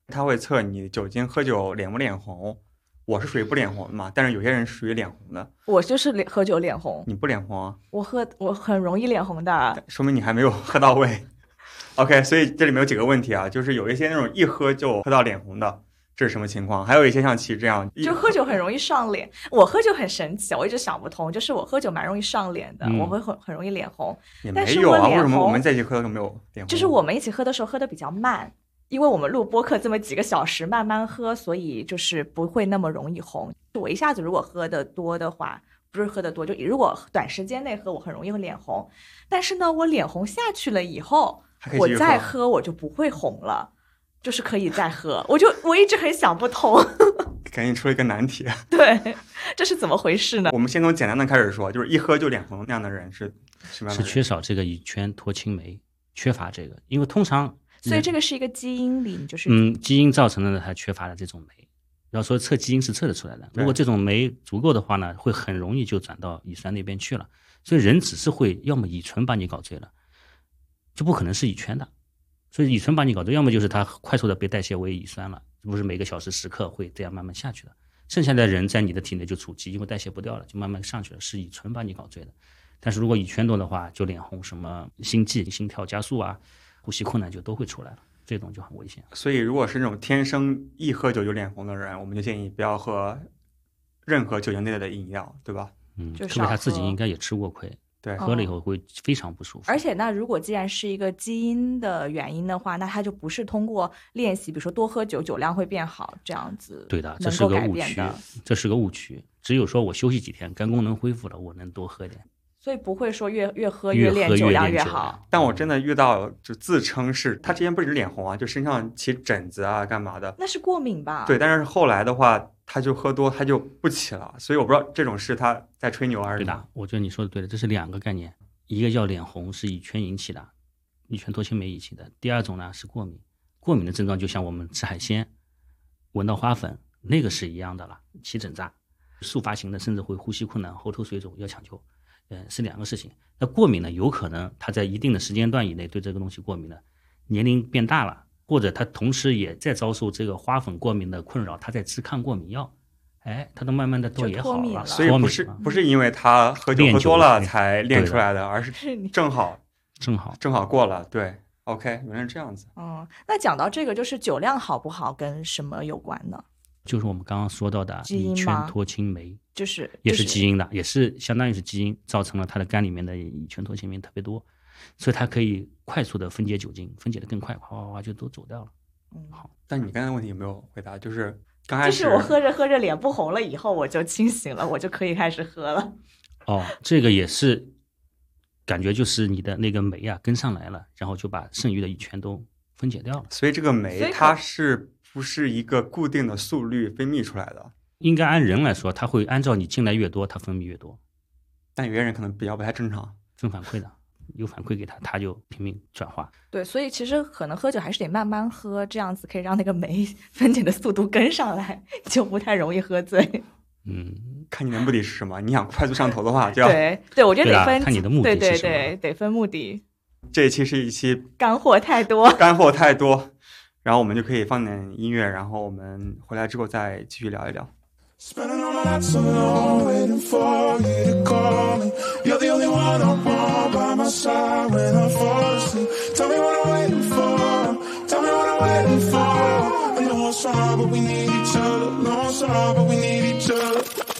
他会测你酒精喝酒脸不脸红。我是属于不脸红的嘛，但是有些人是属于脸红的。 我就是脸喝酒脸红。 你不脸红啊？ 我喝我很容易脸红的， 说明你还没有喝到位。OK， 所以这里面有几个问题啊，就是有一些那种一喝就喝到脸红的，这是什么情况？还有一些像其这样， 就喝酒很容易上脸。我喝酒很神奇，我一直想不通，就是我喝酒蛮容易上脸的，嗯、我会很很容易脸红。 也没有啊，为什么我们在一起喝都没有脸红？ 就是我们一起喝的时候喝的比较慢。因为我们录播客这么几个小时慢慢喝，所以就是不会那么容易红。我一下子如果喝的多的话，不是喝的多，就如果短时间内喝，我很容易会脸红。但是呢，我脸红下去了以后，我再喝我就不会红了，就是可以再喝。我就我一直很想不通， 赶紧出了一个难题。 对，这是怎么回事呢？ 我们先从简单的开始说，就是一喝就脸红那样的人是什么样的人？ 是缺少这个乙醛脱氢酶，缺乏这个，因为通常。 所以这个是一个基因里，就是嗯，基因造成的它缺乏了这种酶。要说测基因是测得出来的，如果这种酶足够的话呢，会很容易就转到乙酸那边去了。所以人只是会要么乙醇把你搞醉了，就不可能是乙醛的。所以乙醇把你搞醉，要么就是它快速的被代谢为乙酸了，不是每个小时时刻会这样慢慢下去的。剩下的人在你的体内就储积，因为代谢不掉了，就慢慢上去了，是乙醇把你搞醉的。但是如果乙醛多的话，就脸红、什么心悸、心跳加速啊。呼吸困难就都会出来了，这种就很危险。 所以如果是那种天生一喝酒就脸红的人，我们就建议不要喝任何酒精类的饮料，对吧？ 嗯，特别他自己应该也吃过亏， 对， 喝了以后会非常不舒服。 而且那如果既然是一个基因的原因的话，那他就不是通过练习，比如说多喝酒酒量会变好这样子。 对的，这是个误区，这是个误区。只有说我休息几天，肝功能恢复了，我能多喝点。 所以不会说越越喝越练酒量越好。 但我真的遇到就自称是他之前不是脸红啊，就身上起疹子啊干嘛的， 那是过敏吧？ 对，但是后来的话他就喝多他就不起了，所以我不知道这种是他在吹牛还是。 对的，我觉得你说的对的，这是两个概念，一个叫脸红是乙醛引起的，乙醛脱氢酶引起的，第二种呢是过敏。过敏的症状就像我们吃海鲜闻到花粉那个是一样的了，起疹子速发型的甚至会呼吸困难喉头水肿要抢救。呃，是两个事情。那过敏呢，有可能他在一定的时间段以内对这个东西过敏了，年龄变大了，或者他同时也在遭受这个花粉过敏的困扰，他在吃抗过敏药，哎，他都慢慢的都也好了。 所以不是不是因为他喝酒喝多了才练出来的，而是正好正好正好过了。对 ，OK， 原来是这样子。 嗯，那讲到这个，就是酒量好不好跟什么有关呢？ 就是我们刚刚说到的乙醛脱氢酶， 就是、就是、 也是基因的，也是相当于是基因造成了他的肝里面的乙醛脱氢酶特别多，所以它可以快速的分解酒精，分解的更快，哗哗哗就都走掉了。 嗯， 好。 但你刚才问题有没有回答？就是刚开始， 就是我喝着喝着脸不红了以后，我就清醒了，我就可以开始喝了。 哦，这个也是感觉就是你的那个酶啊跟上来了，然后就把剩余的乙醛都分解掉了。 所以这个酶它是不是一个固定的速率分泌出来的？ 应该按人来说，它会按照你进来越多，它分泌越多。 但有些人可能比较不太正常， 正反馈的，有反馈给他，他就拼命转化。 对，所以其实可能喝酒还是得慢慢喝，这样子可以让那个酶分解的速度跟上来，就不太容易喝醉。 嗯， 看你的目的是什么？你想快速上头的话，就要对对，我觉得得分， 看你的目的是什么，对对对，得分目的。 这一期是一期干货太多， 干货太多。然后我们就可以放点音乐，然后我们回来之后再继续聊一聊。Spending all my nights alone, waiting for you to call me. You're the only one I want by my side when I fall asleep. Tell me what I'm waiting for. Tell me what I'm waiting for. I know it's wrong, but we need each other. No, it's wrong, but we need each other.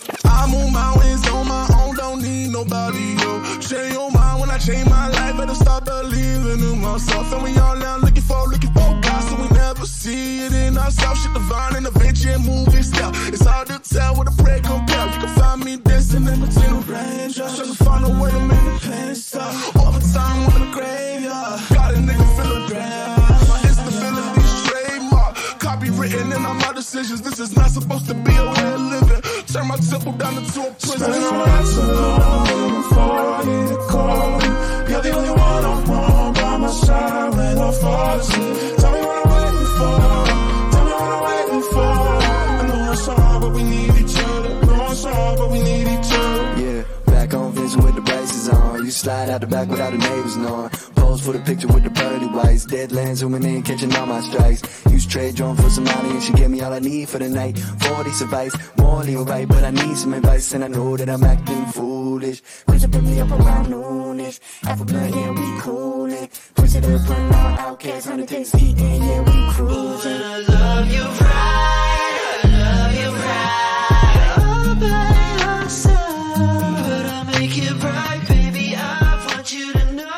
I move mountains on my own, don't need nobody else. Change your mind when I change my life, better start believing in myself. And we all now looking for, looking for God, so we never see it in ourselves. Shit divine and adventure and moving style. It's hard to tell what a prayer compare. You can find me dancing in between the raindrops, trying to find a way to make the pain stop. Overtime in the graveyard, got a nigga feeling bad. My instability's trademark, copywritten in all my decisions. This is not supposed to be a way of living. Turn my temple down into a prison. Spending all my nights alone, waiting for you to call me. You're the only one I want by my side when I fall asleep. Tell me what I'm waiting for. Tell me what I'm waiting for. I know it's hard, but we need each other. I know it's hard, but we need each other. Yeah, back on Vince with the braces on. You slide out the back without the neighbors knowing. Pose for the picture with the pearly whites. Deadlands zooming in, catching all my strikes. Use trade drone for some money and she gave me all I need for the night. forty advice, morally alright, but I need some advice and I know that I'm acting foolish. Push up me up around noonish. Half a blood, yeah, we coolin'. Push it up, putting out outcasts on the days eating, yeah, we cruising. I love you right, I love you right. Oh, by yourself, but I make it right, baby. I want you to know.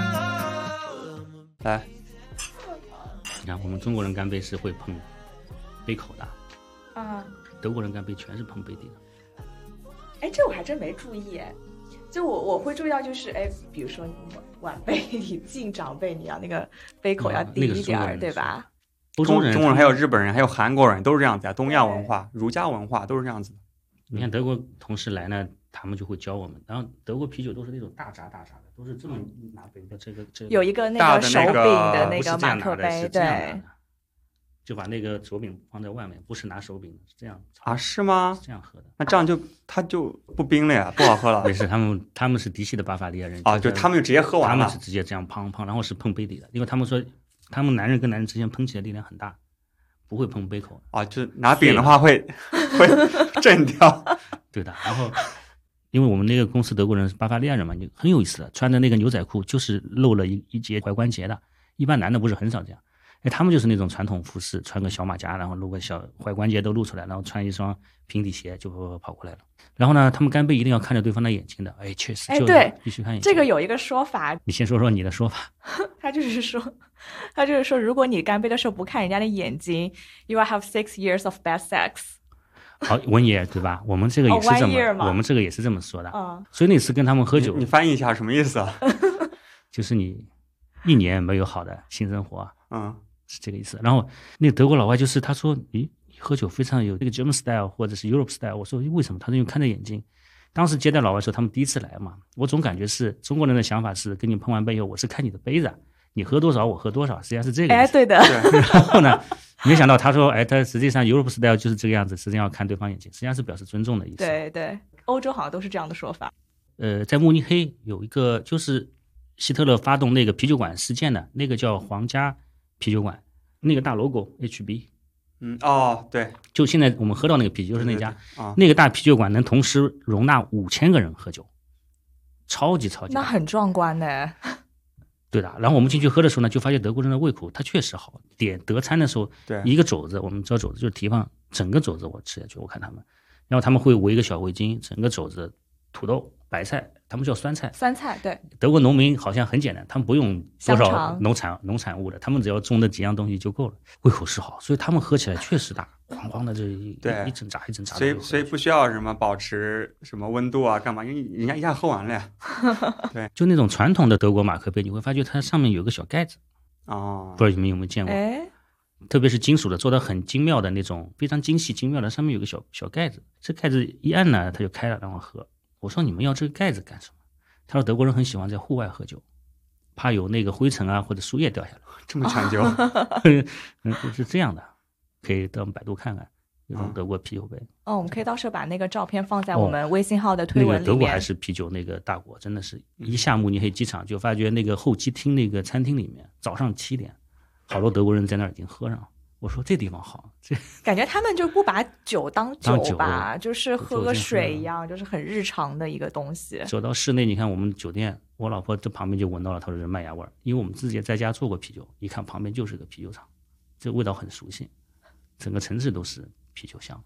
来， 你看我们中国人干杯是会碰杯口的， 啊， 德国人干杯全是碰杯底的。 哎，这我还真没注意哎。就我我会注意到，就是哎，比如说晚辈你敬长辈，你要那个杯口要低一点、嗯那个、对吧？ 欧洲人、 中国人还有日本人还有韩国人都是这样子呀，东亚文化、儒家文化都是这样子的。 你看德国同事来呢，他们就会教我们，然后德国啤酒都是那种大扎大扎的，都是这么拿杯的，这个这个有一个那个手柄的那个马克杯， 对。就把那个手柄放在外面，不是拿手柄，是这样啊？是吗？ 是这样喝的。 那这样就他就不冰了呀，不好喝了。 没事，他们他们是嫡系的巴伐利亚人啊，就他们就直接喝完了。 他们是直接这样砰砰，然后是碰杯底的，因为他们说他们男人跟男人之间碰起来力量很大，不会碰杯口啊，就拿柄的话会会震掉。 对的，然后因为我们那个公司德国人是巴伐利亚人嘛，就很有意思的，穿的那个牛仔裤就是露了一一节踝关节的，一般男的不是很少这样。哎，他们就是那种传统服饰，穿个小马甲，然后露个小踝关节都露出来，然后穿一双平底鞋就跑过来了。然后呢，他们干杯一定要看着对方的眼睛的。哎，确实， 哎，对， 必须看眼睛。 这个有一个说法， 你先说说你的说法。 他就是说，他就是说，如果你干杯的时候不看人家的眼睛 ，you will have six years of bad sex。 好 ，one year 对吧？我们这个也是这么， oh, 我们这个也是这么说的。 嗯， 所以那次跟他们喝酒， 你, 你翻译一下什么意思啊？ 就是你一年没有好的性生活， 嗯。 是这个意思。然后那个德国老外就是他说，咦，喝酒非常有这个 German style 或者是 Europe style。我说为什么？他说因为看着眼睛。当时接待老外的时候，他们第一次来嘛，我总感觉是中国人的想法是跟你碰完杯以后，我是看你的杯子，你喝多少我喝多少，实际上是这个意思。 哎，对的。 然后呢，没想到他说，哎，他实际上 Europe style 就是这个样子，实际上要看对方眼睛，实际上是表示尊重的意思。 对对，欧洲好像都是这样的说法。 呃，在慕尼黑有一个就是希特勒发动那个啤酒馆事件的那个叫皇家啤酒馆，那个大 logo H B， 嗯，哦，对， 就现在我们喝到那个啤酒就是那家， 对对对啊、 那个大啤酒馆能同时容纳五千个人喝酒，超级超级大， 那很壮观呢。 对的，然后我们进去喝的时候呢，就发现德国人的胃口他确实好，点德餐的时候， 对， 一个肘子，我们知道肘子就是提放整个肘子我吃下去，我看他们，然后他们会围一个小围巾，整个肘子，土豆、白菜。他们叫酸菜， 酸菜对。 德国农民好像很简单，他们不用多少农产农产物的，他们只要种的几样东西就够了，胃口是好，所以他们喝起来确实大，哐哐的这一对一整扎一整扎。 所以所以不需要什么保持什么温度啊，干嘛？因为人家一下喝完了呀。对， 就那种传统的德国马克杯，你会发觉它上面有个小盖子， 哦， 不知道你们有没有见过？ 哎， 特别是金属的，做的很精妙的那种，非常精细精妙的，上面有个小小盖子，这盖子一按呢，它就开了，让我喝。我说你们要这个盖子干什么？他说德国人很喜欢在户外喝酒，怕有那个灰尘啊或者树叶掉下来。 这么讲究？ 嗯，是这样的，可以到百度看看，有种德国啤酒杯。 哦，我们可以到时候把那个照片放在我们微信号的推文里面。 哦那个、德国还是啤酒那个大国，真的是一下慕尼黑机场就发觉那个候机厅那个餐厅里面，早上七点，好多德国人在那儿已经喝上了。我说这地方好，这感觉他们就不把酒当酒吧， 酒就是喝个水一样，就是很日常的一个东西。 走到室内，你看我们酒店，我老婆这旁边就闻到了，她说是麦芽味儿，因为我们自己在家做过啤酒，一看旁边就是个啤酒厂，这味道很熟悉，整个城市都是啤酒香。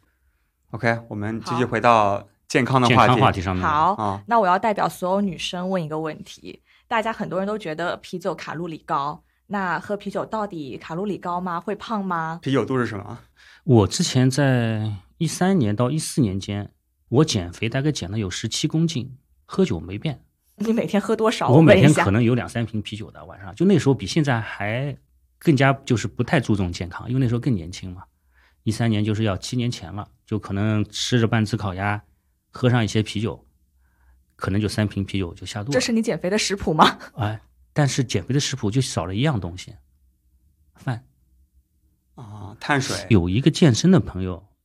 OK， 我们继续回到健康的话题， 健康话题上面。 好、 啊， 那我要代表所有女生问一个问题，大家很多人都觉得啤酒卡路里高。那喝啤酒到底卡路里高吗？会胖吗？ 啤酒肚是什么？ 我之前在一三年到一四年间，我减肥大概减了有十七公斤，喝酒没变。 你每天喝多少？ 我每天可能有两三瓶啤酒的，晚上就那时候比现在还更加就是不太注重健康，因为那时候更年轻嘛。一三年就是要七年前了，就可能吃着半只烤鸭，喝上一些啤酒，可能就三瓶啤酒就下肚了。 这是你减肥的食谱吗？ 哎。但是减肥的食谱就少了一样东西，饭啊，碳水。 有一个健身的朋友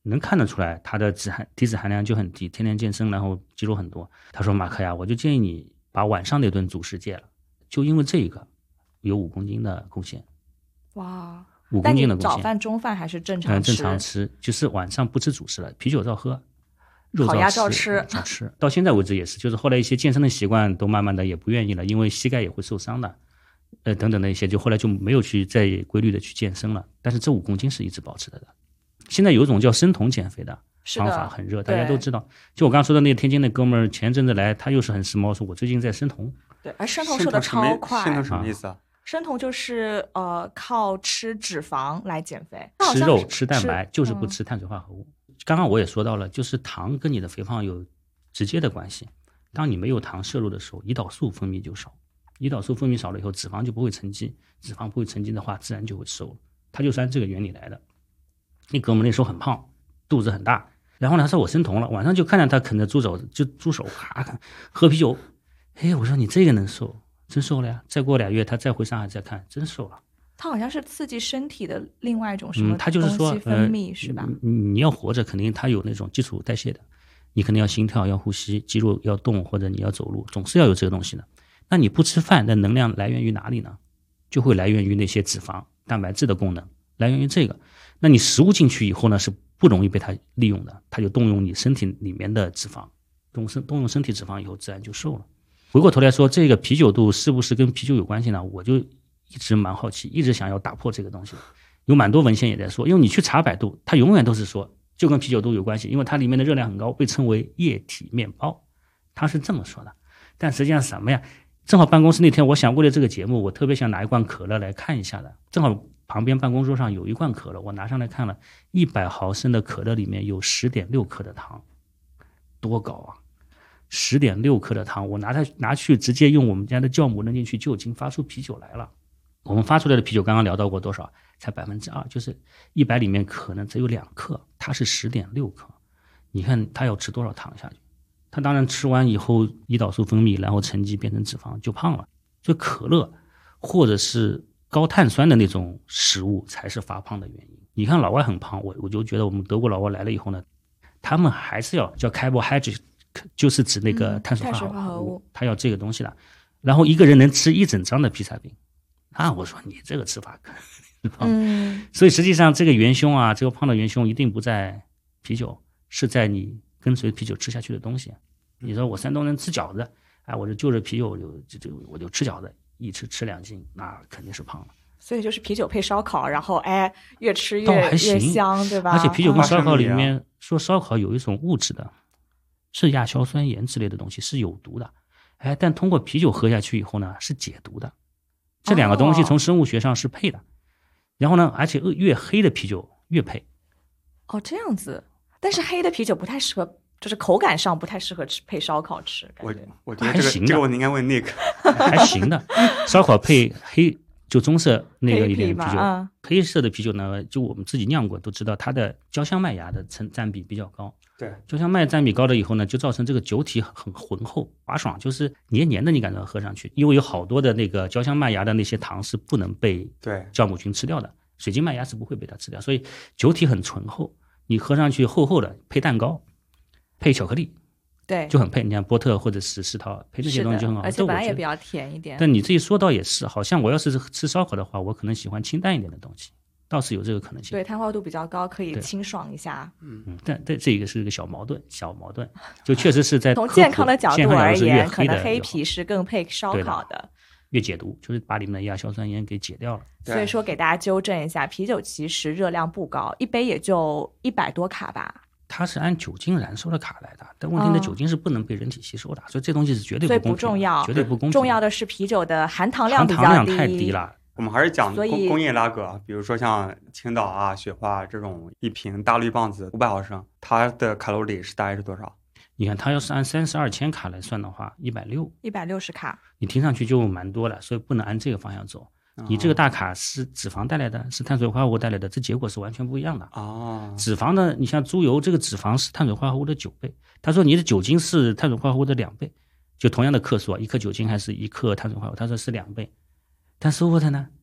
能看得出来他的脂含体脂含量就很低，天天健身，然后肌肉很多。他说马克呀，我就建议你把晚上那顿主食戒了，就因为这个有五公斤的贡献。 哇， 五公斤的贡献。 早饭中饭还是正常吃？ 嗯，正常吃，就是晚上不吃主食了，啤酒照喝，肉烤鸭照吃， 照吃。到现在为止也是，就是后来一些健身的习惯都慢慢的也不愿意了，因为膝盖也会受伤的，呃等等的一些，就后来就没有去再规律的去健身了。但是这五公斤是一直保持的的。现在有一种叫生酮减肥的方法很热，大家都知道。就我刚刚说的那个天津那哥们儿，前阵子来，他又是很时髦，说我最近在生酮。 对，而生酮瘦的超快。 生酮什么意思啊？ 生酮就是呃靠吃脂肪来减肥， 吃肉吃蛋白，就是不吃碳水化合物。嗯、刚刚我也说到了，就是糖跟你的肥胖有直接的关系。当你没有糖摄入的时候，胰岛素分泌就少，胰岛素分泌少了以后，脂肪就不会沉积，脂肪不会沉积的话，自然就会瘦了。它就是按这个原理来的。那哥们那时候很胖，肚子很大，然后呢，他说我生酮了，晚上就看见他啃着猪手，就猪手咔咔喝啤酒。哎，我说你这个能瘦？真瘦了呀！再过俩月，他再回上海再看，真瘦了。 他好像是刺激身体的另外一种什么嗯，他就是说分泌、呃、是吧？ 你你要活着，肯定他有那种基础代谢的，你肯定要心跳、要呼吸、肌肉要动，或者你要走路，总是要有这个东西的。那你不吃饭，那能量来源于哪里呢？就会来源于那些脂肪、蛋白质的功能，来源于这个。那你食物进去以后呢，是不容易被它利用的，它就动用你身体里面的脂肪，动身动用身体脂肪以后，自然就瘦了。回过头来说，这个啤酒肚是不是跟啤酒有关系呢？我就一直蛮好奇，一直想要打破这个东西。有蛮多文献也在说，因为你去查百度，它永远都是说就跟啤酒肚有关系，因为它里面的热量很高，被称为液体面包，它是这么说的。但实际上什么呀？正好办公室那天，我想为了这个节目，我特别想拿一罐可乐来看一下的。正好旁边办公桌上有一罐可乐，我拿上来看了，一百毫升的可乐里面有 十点六 克的糖，多高啊！十点六 克的糖，我拿它拿去直接用我们家的酵母扔进去，就已经发出啤酒来了。我们发出来的啤酒刚刚聊到过多少？才百分之二，就是一百里面可能只有两克，它是 十点六 克。你看它要吃多少糖下去？它当然吃完以后胰岛素分泌，然后沉积变成脂肪就胖了。所以可乐或者是高碳酸的那种食物才是发胖的原因。你看老外很胖，我我就觉得我们德国老外来了以后呢，他们还是要叫 carbohydrate。就是指那个碳水化合物，嗯、他要这个东西了。然后一个人能吃一整张的披萨饼，啊，我说你这个吃法可能胖。 嗯， 所以实际上这个元凶啊，这个胖的元凶一定不在啤酒，是在你跟随啤酒吃下去的东西。你说我山东人吃饺子，哎，我就就着啤酒就就就我就吃饺子，一吃吃两斤，那肯定是胖了。 所以就是啤酒配烧烤，然后哎越吃越越香，对吧？ 而且啤酒跟烧烤里面、嗯、说烧烤有一种物质的。是亚硝酸盐之类的东西是有毒的，哎，但通过啤酒喝下去以后呢，是解毒的。这两个东西从生物学上是配的，哦、然后呢，而且越黑的啤酒越配。 哦，这样子。但是黑的啤酒不太适合，就是口感上不太适合吃配烧烤吃。 我我觉得这个这个我应该问 Nick。 还行的，烧烤配黑就棕色那个一点啤酒， 嗯、 黑色的啤酒呢，就我们自己酿过都知道，它的焦香麦芽的成占比比较高。 对， 焦香麦占比高了以后呢，就造成这个酒体很浑厚、滑爽，就是黏黏的，你感觉喝上去，因为有好多的那个焦香麦芽的那些糖是不能被对酵母菌吃掉的，水晶麦芽是不会被它吃掉，所以酒体很醇厚，你喝上去厚厚的，配蛋糕、配巧克力， 对， 就很配。你看波特或者是世涛配那些东西就很好， 而且本来也比较甜一点。 但你这一说到也是，好像我要是吃烧烤的话，我可能喜欢清淡一点的东西。倒是有这个可能性， 对，碳化度比较高，可以清爽一下。 嗯，但但这个是一个小矛盾，小矛盾，就确实是在从健康的角度而言，可能黑啤是更配烧烤的， 越解毒，就是把里面的亚硝酸盐给解掉了。 所以说，给大家纠正一下，啤酒其实热量不高，一杯也就一百多卡吧。 它是按酒精燃烧的卡来的，但问题的酒精是不能被人体吸收的，哦、所以这东西是绝对不公平的， 所以不重要， 绝对不公平。 重要的是啤酒的含糖量比较低， 含糖量太低了。 我们还是讲工工业拉格，比如说像青岛啊、雪花这种一瓶大绿棒子五百毫升，它的卡路里是大概是多少？ 你看它要是按三十二千卡来算的话，一百六， 一百六十卡， 你听上去就蛮多了，所以不能按这个方向走。哦、你这个大卡是脂肪带来的，是碳水化合物带来的，这结果是完全不一样的。 哦， 脂肪呢，你像猪油，这个脂肪是碳水化合物的九倍，他说你的酒精是碳水化合物的两倍，就同样的克数啊，一克酒精还是一克碳水化合物，他说是两倍，但收获的呢？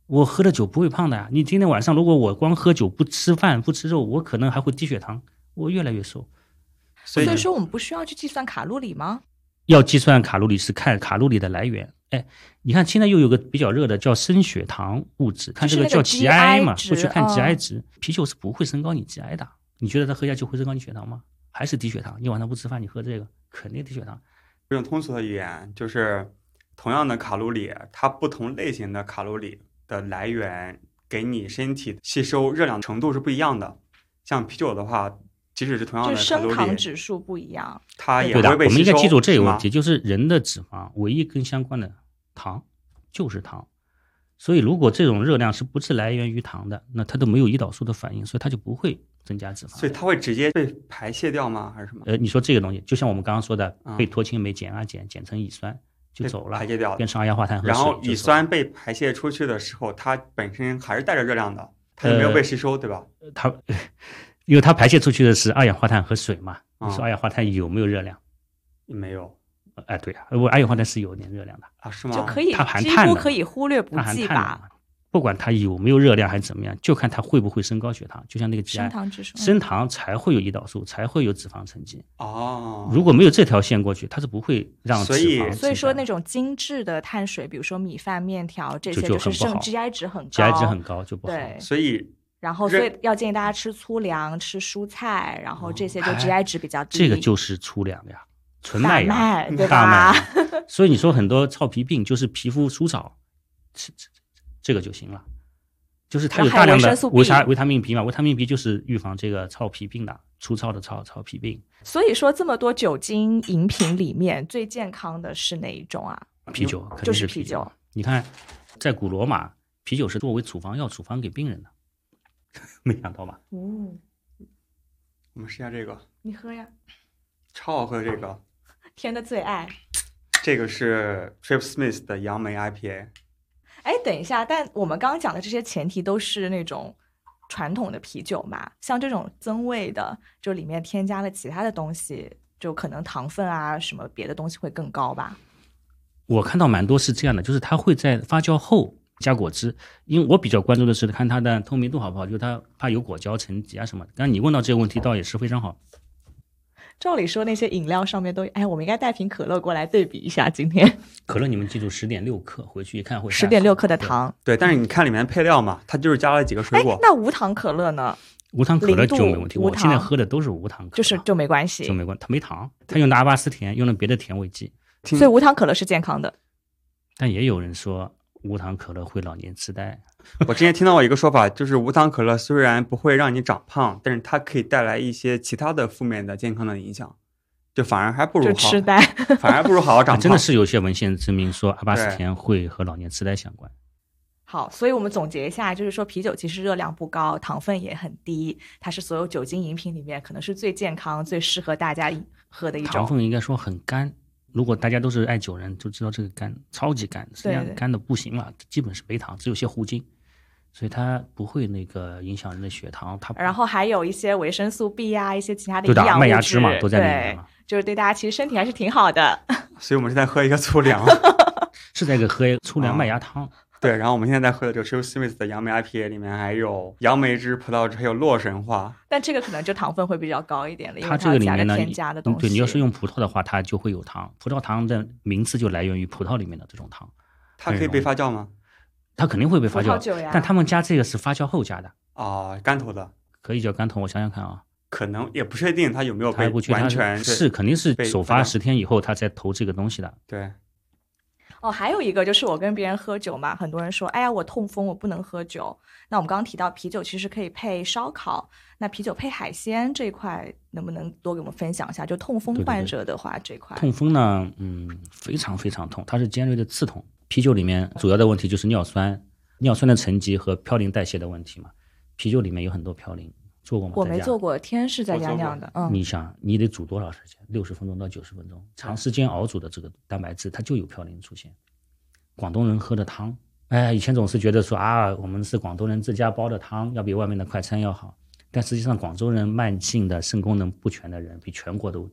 我喝了酒不会胖的呀。你今天晚上如果我光喝酒不吃饭不吃肉，我可能还会低血糖，我越来越瘦。 所以, 所以说我们不需要去计算卡路里吗？ 要计算卡路里是看卡路里的来源。哎，你看现在又有个比较热的叫升血糖物质，看这个叫 G I 嘛，会去看 G I 值、嗯。啤酒是不会升高你 G I 的，你觉得它喝下去会升高你血糖吗？还是低血糖？你晚上不吃饭，你喝这个肯定低血糖。 用通俗的语言就是同样的卡路里，它不同类型的卡路里的来源给你身体吸收热量程度是不一样的。像啤酒的话，即使是同样的卡路里， 就升糖指数不一样， 它也会被吸收。 我们应该记住这个问题，就是人的脂肪唯一跟相关的糖就是糖。所以如果这种热量是不是来源于糖的，那它都没有胰岛素的反应，所以它就不会增加脂肪。 所以它会直接被排泄掉吗？还是什么？ 呃，你说这个东西就像我们刚刚说的，被脱氢酶碱啊碱碱成乙酸就走了， 排泄掉了， 变成二氧化碳和水。 然后乙酸被排泄出去的时候，它本身还是带着热量的，它就没有被吸收，呃、对吧？ 它因为它排泄出去的是二氧化碳和水嘛，嗯、你说二氧化碳有没有热量？ 没有。 哎，对啊，我二氧化碳是有点热量的啊，是吗？ 就可以， 它含碳的， 几乎可以忽略不计吧。 不管它有没有热量还是怎么样，就看它会不会升高血糖。就像那个 G I， 升糖指数， 升糖才会有胰岛素，才会有脂肪沉积。 哦， 如果没有这条线过去，它是不会让脂肪。 所以， 所以说那种精致的碳水，比如说米饭、面条这些，就是升 G I 值很高 ，G I 值很高就不好。 对， 所以。 然后，所以要建议大家吃粗粮、吃蔬菜，然后这些就 G I 值比较低。 这个就是粗粮呀。纯麦芽， 对吧？所以你说很多糙皮病就是皮肤粗糙，吃吃这个就行了。就是它有大量的维他维他命 B 嘛，维他命 B 就是预防这个糙皮病的，粗糙的糙糙皮病。 所以说这么多酒精饮品里面最健康的是哪一种啊？ 啤酒，肯定是啤酒。就是、你看，在古罗马，啤酒是作为处方药处方给病人的，没想到吧？ 哦， 我们试一下这个， 你喝呀， 超好喝这个。 天的最爱， 这个是 Travis Smith 的杨梅 I P A。 哎，等一下，但我们刚刚讲的这些前提都是那种传统的啤酒嘛，像这种增味的，就里面添加了其他的东西，就可能糖分啊什么别的东西会更高吧。 我看到蛮多是这样的，就是它会在发酵后加果汁，因为我比较关注的是看它的透明度好不好，就是它怕有果胶沉积啊什么的。刚才你问到这个问题倒也是非常好。 照理说那些饮料上面都，哎，我们应该带瓶可乐过来对比一下。今天可乐你们记住十点六克，回去一看会十点六克的糖。 对，但是你看里面配料嘛，它就是加了几个水果。 那无糖可乐呢？ 无糖可乐就没问题。我现在喝的都是无糖可乐， 就是就没关系， 就没关系，它没糖，它用的阿巴斯甜，用了别的甜味剂， 所以无糖可乐是健康的。 但也有人说无糖可乐会老年痴呆。 我之前听到过一个说法，就是无糖可乐虽然不会让你长胖，但是它可以带来一些其他的负面的健康的影响。就反而还不如好就痴呆， 反而不如好好长胖、 啊。真的是有些文献证明说阿巴斯甜会和老年痴呆相关。 好，所以我们总结一下，就是说啤酒其实热量不高，糖分也很低，它是所有酒精饮品里面可能是最健康、最适合大家喝的一种。 糖分应该说很干，如果大家都是爱酒人，就知道这个干超级干，实际上干的不行了，基本是没糖，只有些糊精。所以它不会那个影响人的血糖，它然后还有一些维生素 B 啊，一些其他的营养物质， 麦芽汁嘛，都在里面嘛， 就是对大家其实身体还是挺好的。 所以我们现在喝一个粗粮， 是在一个喝粗粮麦芽汤。 哦、对，然后我们现在在喝的这个 Travis Smith 的杨梅 I P A 里面还有杨梅汁、葡萄汁，还有洛神花。 但这个可能就糖分会比较高一点了，因为它这个里面呢， 添加的东西。 对，你要是用葡萄的话，它就会有糖。葡萄糖的名字就来源于葡萄里面的这种糖。 它可以被发酵吗？ 它肯定会被发酵，但他们加这个是发酵后加的哦，干头的可以叫干头。我想想看啊， 可能也不确定它有没有被完全是肯定是首发十天以后他才投这个东西的。 对。 哦，还有一个就是我跟别人喝酒嘛，很多人说，哎呀，我痛风，我不能喝酒。那我们刚刚提到啤酒其实可以配烧烤，那啤酒配海鲜这一块能不能多给我们分享一下？就痛风患者的话， 对对对这块痛风呢，嗯，非常非常痛，它是尖锐的刺痛。啤酒里面主要的问题就是尿酸，尿酸的沉积和嘌呤代谢的问题嘛。啤酒里面有很多嘌呤，做过吗？ 我没做过，天是在家酿的。嗯， 你想，你得煮多少时间？六十分钟到九十分钟，长时间熬煮的这个蛋白质，它就有嘌呤出现。广东人喝的汤，哎，以前总是觉得说啊，我们是广东人自家煲的汤，要比外面的快餐要好。但实际上，广州人慢性的肾功能不全的人比全国都多。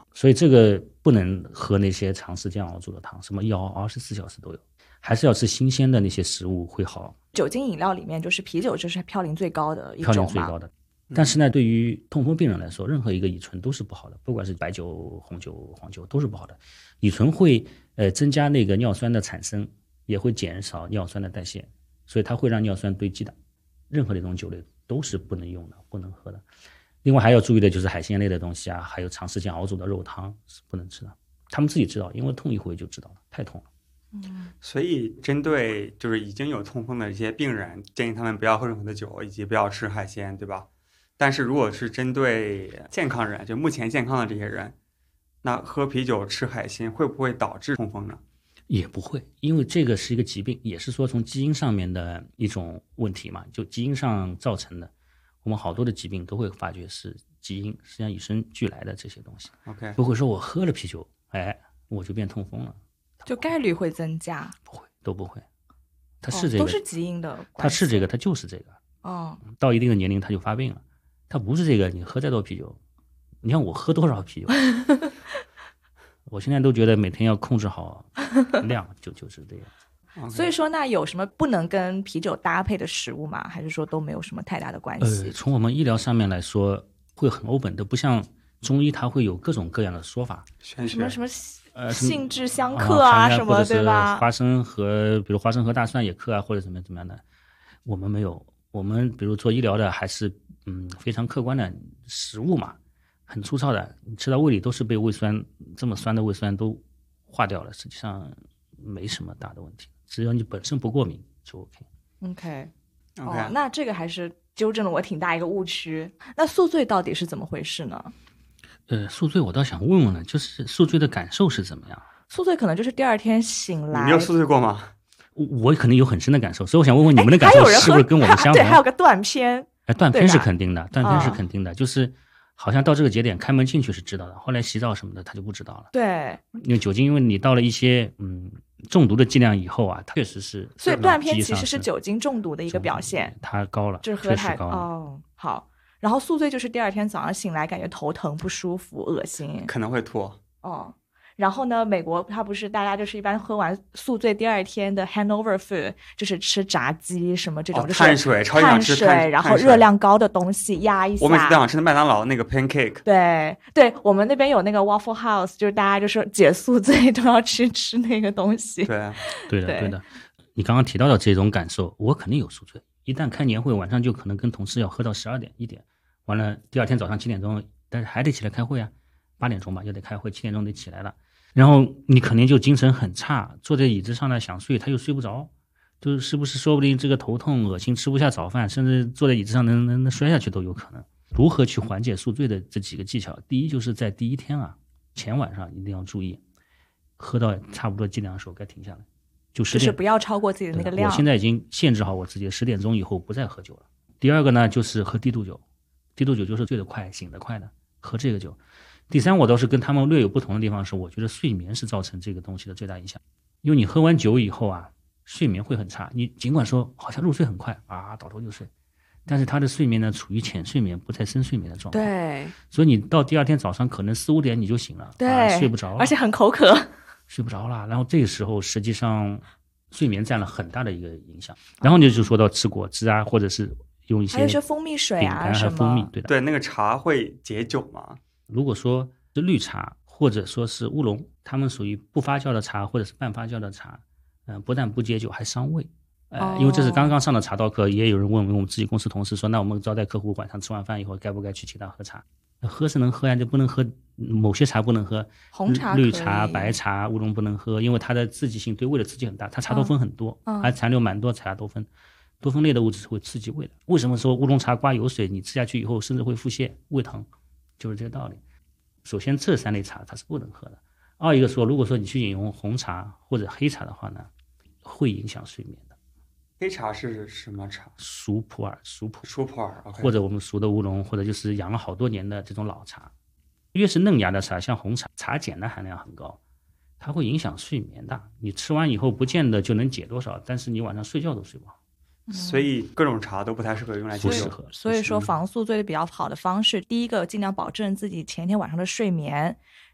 所以这个不能喝那些长时间熬煮的汤，什么一熬二十四小时都有，还是要吃新鲜的那些食物会好。 酒精饮料里面就是啤酒就是飘零最高的一飘种嘛， 零最高的。但是呢，对于痛风病人来说，任何一个乙醇都是不好的，不管是白酒、红酒、黄酒都是不好的。乙醇会呃增加那个尿酸的产生，也会减少尿酸的代谢，所以它会让尿酸堆积的。任何的一种酒类都是不能用的，不能喝的。另外还要注意的就是海鲜类的东西啊，还有长时间熬煮的肉汤是不能吃的。他们自己知道，因为痛一回就知道了，太痛了。 嗯， 所以针对就是已经有痛风的一些病人，建议他们不要喝任何的酒，以及不要吃海鲜，对吧？但是如果是针对健康人，就目前健康的这些人，那喝啤酒吃海鲜会不会导致痛风呢？ 也不会，因为这个是一个疾病，也是说从基因上面的一种问题嘛，就基因上造成的。我们好多的疾病都会发觉是基因，实际上与生俱来的这些东西。 OK， 不会说我喝了啤酒，哎，我就变痛风了， 就概率会增加， 不会，都不会。它是这个， 哦、都是基因的关系， 它是这个，它就是这个。 哦， 到一定的年龄它就发病了。它不是这个，你喝再多啤酒，你看我喝多少啤酒，我现在都觉得每天要控制好量，就就是这样。 所以说，那有什么不能跟啤酒搭配的食物吗？还是说都没有什么太大的关系？ 呃，从我们医疗上面来说，会很 open 的，不像中医，它会有各种各样的说法， 玄学什么什么呃， 性质相克啊， 啊什么对吧？ 花生和比如花生和大蒜也克啊，或者怎么怎么样的，我们没有。我们比如做医疗的，还是嗯非常客观的食物嘛，很粗糙的，你吃到胃里都是被胃酸这么酸的胃酸都化掉了，实际上没什么大的问题，只要你本身不过敏就 OK。 OK， OK， 哦，那这个还是纠正了我挺大一个误区。那宿醉到底是怎么回事呢？ 呃，宿醉我倒想问问了，就是宿醉的感受是怎么样？ 宿醉可能就是第二天醒来， 你没有宿醉过吗？ 我我可能有很深的感受，所以我想问问你们的感受哎还有人是不是跟我们相同？ 对，还有个断片。 哎，断片是肯定的，断片是嗯肯定的，就是好像到这个节点开门进去是知道的，后来洗澡什么的他就不知道了。 对， 因为酒精，因为你到了一些嗯中毒的剂量以后啊，它确实是， 所以断片记忆上其实是酒精中毒的一个表现， 它高了， 就是喝太确实高了。 哦，好。然后宿醉就是第二天早上醒来感觉头疼不舒服、恶心， 可能会吐。 哦。然后呢，美国它不是大家就是一般喝完宿醉第二天的 hangover food 就是吃炸鸡什么这种， 哦、 就是碳水，超想吃碳水，然后热量高的东西压一下。 我每次都想吃麦当劳那个 pancake。 对对，我们那边有那个 Waffle House， 就是大家就是解宿醉都要去吃那个东西。 对， 对的对的。你刚刚提到的这种感受，我肯定有宿醉。一旦开年会，晚上就可能跟同事要喝到十二点一点，完了第二天早上七点钟，但是还得起来开会啊，八点钟吧又得开会，七点钟得起来了。然后你肯定就精神很差，坐在椅子上呢想睡，他又睡不着，就是不是说不定这个头痛、恶心、吃不下早饭，甚至坐在椅子上能能能摔下去都有可能。如何去缓解宿醉的这几个技巧？第一就是在第一天啊前晚上一定要注意，喝到差不多剂量的时候该停下来，就十点， 就是不要超过自己的那个量。 我现在已经限制好我自己，十点钟以后不再喝酒了。第二个呢就是喝低度酒，低度酒就是醉得快、醒得快的，喝这个酒。第三，我倒是跟他们略有不同的地方是，我觉得睡眠是造成这个东西的最大影响。因为你喝完酒以后啊，睡眠会很差。你尽管说好像入睡很快啊，倒头就睡，但是他的睡眠呢处于浅睡眠，不在深睡眠的状态。 对， 所以你到第二天早上可能四五点你就醒了， 对， 啊、睡不着了， 而且很口渴， 睡不着了。然后这个时候实际上睡眠占了很大的一个影响。然后你就说到吃果汁啊，或者是用一些还有一些蜂蜜水啊什么， 蜂蜜，对的。 对，那个茶会解酒吗？ 如果说是绿茶或者说是乌龙，它们属于不发酵的茶或者是半发酵的茶，嗯、呃，不但不解酒，还伤胃。呃， 哦、 因为这是刚刚上的茶道课，也有人问我们自己公司同事说，那我们招待客户晚上吃完饭以后，该不该去请他喝茶？喝是能喝呀，就不能喝某些茶不能喝， 红茶、 绿茶、白茶、乌龙不能喝，因为它的刺激性对胃的刺激很大，它茶多酚很多， 嗯、 还残留蛮多茶多酚。多酚类的物质会刺激胃的。为什么说乌龙茶刮油水，你吃下去以后甚至会腹泻、胃疼，就是这个道理。首先这三类茶它是不能喝的。二一个说，如果说你去饮用红茶或者黑茶的话呢，会影响睡眠的。 黑茶是什么茶？ 熟普洱，熟普， 熟普洱， okay. 或者我们熟的乌龙，或者就是养了好多年的这种老茶。越是嫩芽的茶，像红茶，茶碱的含量很高，它会影响睡眠的。你吃完以后不见得就能解多少，但是你晚上睡觉都睡不好。 所以各种茶都不太适合用来解酒。 不适合。 所以说防宿醉的比较好的方式，第一个尽量保证自己前一天晚上的睡眠，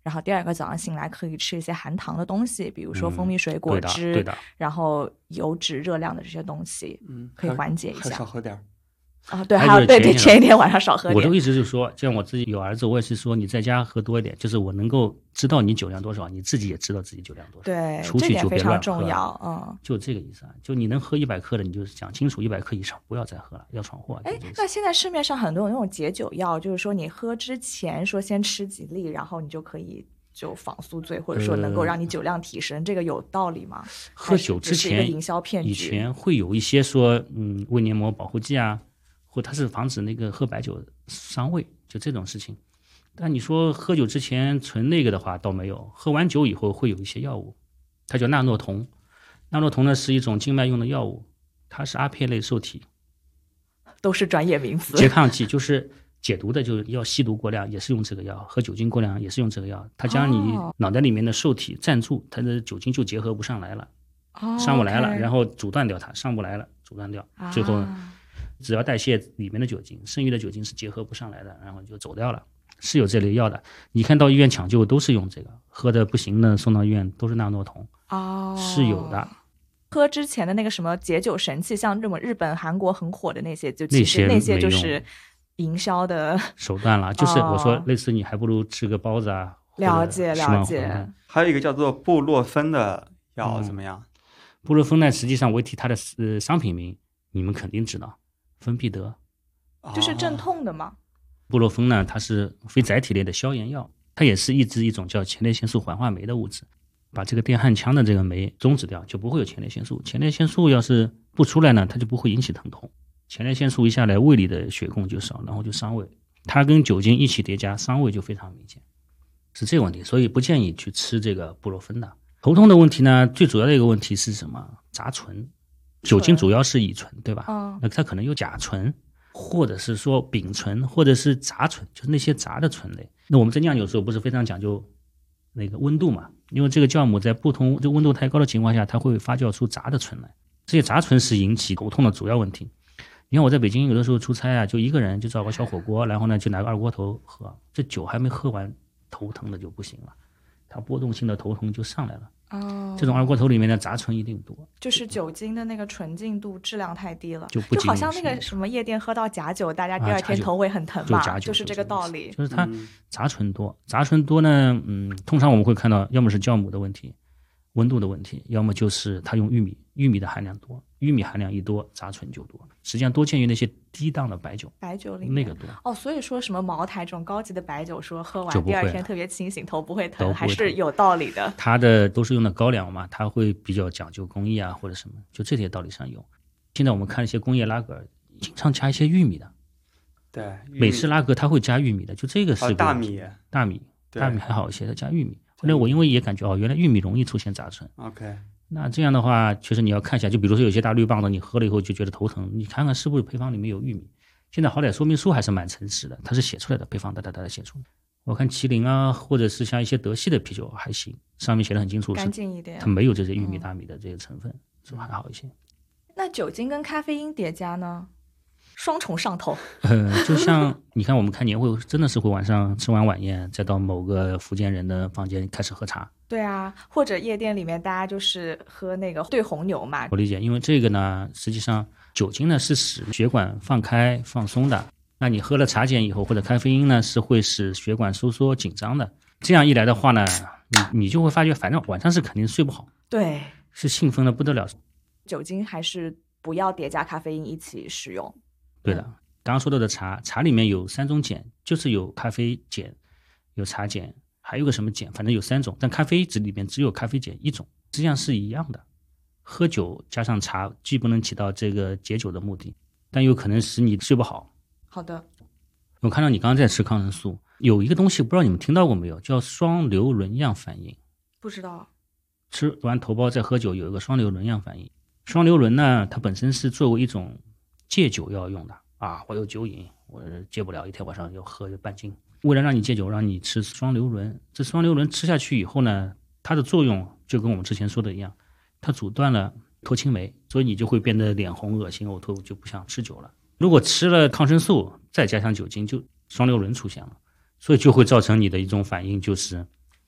然后第二个早上醒来可以吃一些含糖的东西，比如说蜂蜜水果嗯、 汁， 对的，对的， 然后油脂热量的这些东西， 嗯， 可以缓解一下。 少喝点儿。 啊、哦，对， 还还有对对，前一天晚上少喝点。 我都一直就说，像我自己有儿子，我也是说你在家喝多一点，就是我能够知道你酒量多少，你自己也知道自己酒量多少。 对， 出去就别乱喝。 这点非常重要，嗯， 就这个意思啊。就你能喝一百克的，你就讲清楚，一百克以上不要再喝了，要闯祸。 哎，那现在市面上很多有那种解酒药，就是说你喝之前说先吃几粒，然后你就可以就防宿醉，或者说能够让你酒量提升，呃、这个有道理吗？ 喝酒之前， 营销骗局， 以前会有一些说，嗯，胃黏膜保护剂啊。或它是防止那个喝白酒伤胃，就这种事情。但你说喝酒之前纯那个的话倒没有，喝完酒以后会有一些药物，它叫纳诺酮。纳诺酮呢是一种静脉用的药物，它是阿片类受体， 都是专业名词。 拮抗剂就是解毒的，就要吸毒过量也是用这个药，喝酒精过量也是用这个药。它将你脑袋里面的受体占住，它的酒精就结合不上来了， 哦、 上不来了， okay 然后阻断掉它，上不来了，阻断掉，最后。啊只要代谢里面的酒精，剩余的酒精是结合不上来的，然后就走掉了。是有这类药的，你看到医院抢救都是用这个，喝的不行的送到医院都是纳诺酮。 哦， 是有的。 喝之前的那个什么解酒神器，像这种日本、韩国很火的那些，就其实那些就是营销的手段了。就是我说，类似你还不如吃个包子啊。 了解了解。 还有一个叫做布洛芬的药怎么样？ 嗯、布洛芬呢，实际上我提它的呃商品名，你们肯定知道。芬必得， 就是镇痛的吗？ 布洛芬呢，它是非甾体类的消炎药，它也是抑制一种叫前列腺素环化酶的物质，把这个电焊腔的这个酶终止掉，就不会有前列腺素。前列腺素要是不出来呢，它就不会引起疼痛。前列腺素一下来，胃里的血供就少，然后就伤胃。它跟酒精一起叠加，伤胃就非常明显，是这个问题。所以不建议去吃这个布洛芬的。头痛的问题呢，最主要的一个问题是什么？杂醇。酒精主要是乙醇，对吧？ 嗯， 那它可能有甲醇，或者是说丙醇，或者是杂醇，就是那些杂的醇类。那我们在酿酒的时候不是非常讲究那个温度嘛？因为这个酵母在不同就温度太高的情况下，它会发酵出杂的醇来。这些杂醇是引起头痛的主要问题。你看我在北京有的时候出差啊，就一个人就找个小火锅，然后呢就拿个二锅头喝，这酒还没喝完，头疼的就不行了，它波动性的头痛就上来了。 哦， 这种二锅头里面的杂醇一定多， 就是酒精的那个纯净度质量太低了， 就不就好像那个什么夜店喝到假酒，大家第二天头会很疼嘛， 啊、就, 就是这个道理。 就是它杂醇多，杂醇多呢，嗯，通常我们会看到，要么是酵母的问题、温度的问题，要么就是它用玉米，玉米的含量多，玉米含量一多，杂醇就多。实际上多见于那些低档的白酒， 白酒里面那个多哦。所以说什么茅台这种高级的白酒，说喝完第二天特别清醒，头不会疼， 会还是有道理的。 它的都是用的高粱嘛，它会比较讲究工艺啊或者什么，就这些道理上有。现在我们看一些工业拉格，经常加一些玉米的， 对， 美式拉格它会加玉米的，就这个是、 哦、大米， 大米，大米还好一些，它加玉米。后来我因为也感觉哦，原来玉米容易出现杂醇。 OK。 那这样的话，确实你要看一下，就比如说有些大绿棒子，你喝了以后就觉得头疼，你看看是不是配方里面有玉米。现在好歹说明书还是蛮诚实的，它是写出来的，配方哒哒哒的写出来。我看麒麟啊，或者是像一些德系的啤酒还行，上面写的很清楚， 干净一点， 它没有这些玉米、大米的这些成分，是、嗯、还好一些。 那酒精跟咖啡因叠加呢？双重上头。 呃，就像你看，我们看年会，真的是会晚上吃完晚宴，再到某个福建人的房间开始喝茶。 对啊，或者夜店里面大家就是喝那个兑红牛嘛。 我理解，因为这个呢，实际上酒精呢是使血管放开放松的。那你喝了茶碱以后，或者咖啡因呢，是会使血管收缩紧张的。这样一来的话呢，你你就会发觉，反正晚上是肯定睡不好。 对， 是兴奋的不得了。 酒精还是不要叠加咖啡因一起使用。 对的，刚刚说到的茶，茶里面有三种碱，就是有咖啡碱，有茶碱，还有个什么碱，反正有三种，但咖啡值里面只有咖啡碱一种，实际上是一样的。喝酒加上茶，既不能起到这个解酒的目的，但有可能使你睡不好。 好的。 我看到你刚刚在吃抗生素，有一个东西不知道你们听到过没有，叫双硫仑样反应。 不知道。 吃完头孢再喝酒有一个双硫仑样反应。双硫仑呢，它本身是作为一种戒酒药用的啊，我有酒瘾，我戒不了，一天晚上要喝半斤。为了让你戒酒，让你吃双硫仑。这双硫仑吃下去以后呢，它的作用就跟我们之前说的一样，它阻断了脱氢酶，所以你就会变得脸红、恶心、呕吐，就不想吃酒了。如果吃了抗生素再加上酒精，就双硫仑出现了，所以就会造成你的一种反应，就是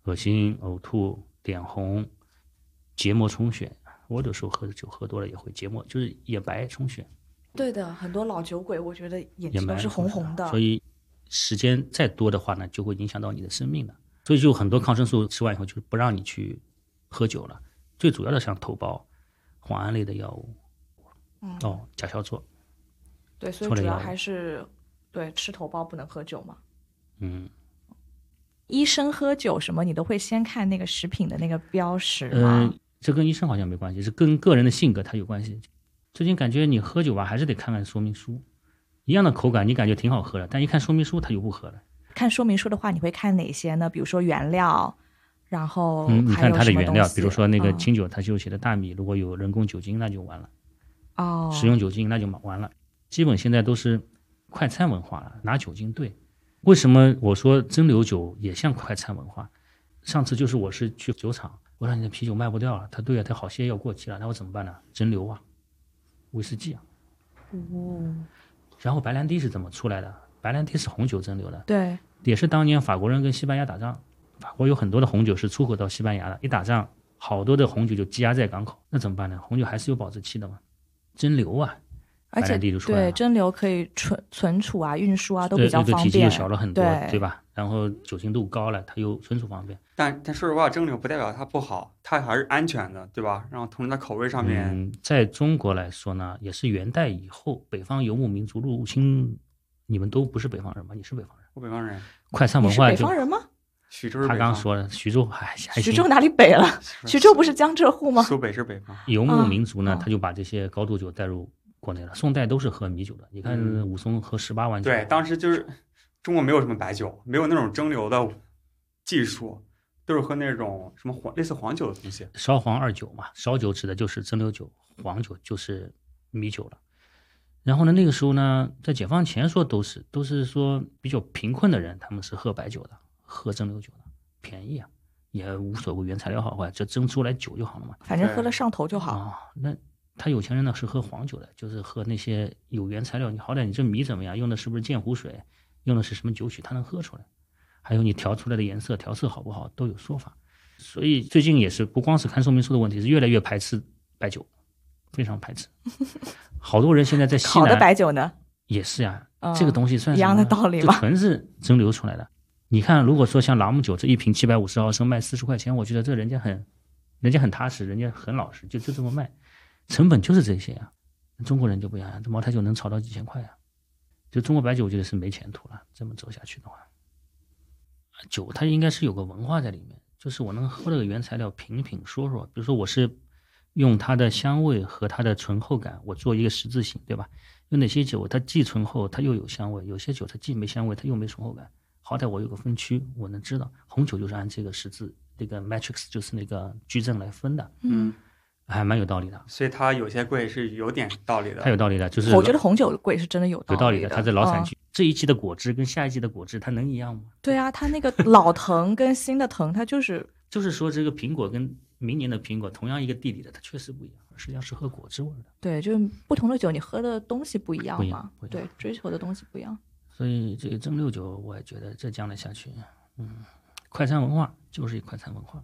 恶心、呕吐、脸红、结膜充血。我有时候喝酒喝多了也会结膜，就是眼白充血。 对的，很多老酒鬼，我觉得眼眼白睛都是红红的。 所以时间再多的话呢，就会影响到你的生命的。所以就很多抗生素吃完以后，就是不让你去喝酒了。最主要的像头孢、磺胺类的药物， 嗯， 哦，甲硝唑。 对，所以主要还是对吃头孢不能喝酒嘛。 嗯， 医生喝酒什么，你都会先看那个食品的那个标识吗？ 嗯、呃，这跟医生好像没关系，是跟个人的性格它有关系。最近感觉你喝酒吧，还是得看看说明书。一样的口感，你感觉挺好喝的，但一看说明书，它就不喝了。 看说明书的话，你会看哪些呢？比如说原料，然后嗯，你看它的原料，比如说那个嗯清酒，它就写的大米，如果有人工酒精，那就完了。 哦， 食用酒精那就完了。基本现在都是快餐文化了，拿酒精兑。为什么我说蒸馏酒也像快餐文化？上次就是我是去酒厂，我说你的啤酒卖不掉了，他对啊，他好些要过期了，那我怎么办呢？蒸馏啊，威士忌啊。 哦， 然后白兰地是怎么出来的？白兰地是红酒蒸馏的， 对， 也是当年法国人跟西班牙打仗，法国有很多的红酒是出口到西班牙的，一打仗，好多的红酒就积压在港口，那怎么办呢？红酒还是有保质期的嘛，蒸馏啊， 而且对蒸馏可以存存储啊、运输啊都比较方便， 体积就小了很多， 对, 对吧？然后酒精度高了，它又存储方便。 但但说实话，蒸馏不代表它不好，它还是安全的，对吧？然后从它口味上面， 嗯，在中国来说呢，也是元代以后，北方游牧民族入侵，你们都不是北方人吗？你是北方人？ 我北方人。 快餐文化就你是北方人吗？ 徐州是北方。 他刚说了，徐州还还徐州哪里北了？徐州不是江浙沪吗？ 苏北是北方。 游牧民族呢， 啊、 他就把这些高度酒带入国内了。宋代都是喝米酒的，你看武松喝十八碗酒。 对，当时就是中国没有什么白酒，没有那种蒸馏的技术，都是喝那种什么黄类似黄酒的东西。 烧黄二酒嘛，烧酒指的就是蒸馏酒，黄酒就是米酒了。然后呢，那个时候呢，在解放前说都是都是说比较贫困的人，他们是喝白酒的，喝蒸馏酒的，便宜啊，也无所谓原材料好坏，就蒸出来酒就好了嘛。 反正喝了上头就好。 哦，那他有钱人呢是喝黄酒的，就是喝那些有原材料。你好歹你这米怎么样？用的是不是鉴湖水？用的是什么酒曲？他能喝出来。还有你调出来的颜色调色好不好都有说法。所以最近也是不光是看说明书的问题，是越来越排斥白酒，非常排斥。好多人现在在西南好的白酒呢也是呀、 嗯， 这个东西算一样的道理吗？ 这纯是蒸馏出来的。你看，如果说像朗姆酒这一瓶七百五十毫升卖四十块钱，我觉得这人家很，人家很踏实，人家很老实，就就这么卖，成本就是这些呀、啊。中国人就不一样，这茅台酒能炒到几千块呀、啊？就中国白酒，我觉得是没前途了。这么走下去的话，酒它应该是有个文化在里面，就是我能喝这个原材料品品说说，比如说我是用它的香味和它的醇厚感，我做一个十字形，对吧？有哪些酒它既醇厚它又有香味，有些酒它既没香味它又没醇厚感，好歹我有个分区，我能知道。红酒就是按这个十字这个 matrix 就是那个矩阵来分的， 嗯， 还蛮有道理的。 所以它有些贵是有点道理的， 它有道理的，就是我觉得红酒贵是真的有道理的， 有道理的。它在老产区、嗯、这一季的果汁跟下一季的果汁它能一样吗？ 对啊，它那个老藤跟新的藤它就是就是说这个苹果跟明年的苹果同样一个地里的，它确实不一样，实际上是喝果汁味的。 对，就是不同的酒你喝的东西不一样嘛， 不一样不一样， 对，追求的东西不一样。 所以这个蒸馏酒我也觉得这将来下去，嗯，快餐文化就是一快餐文化。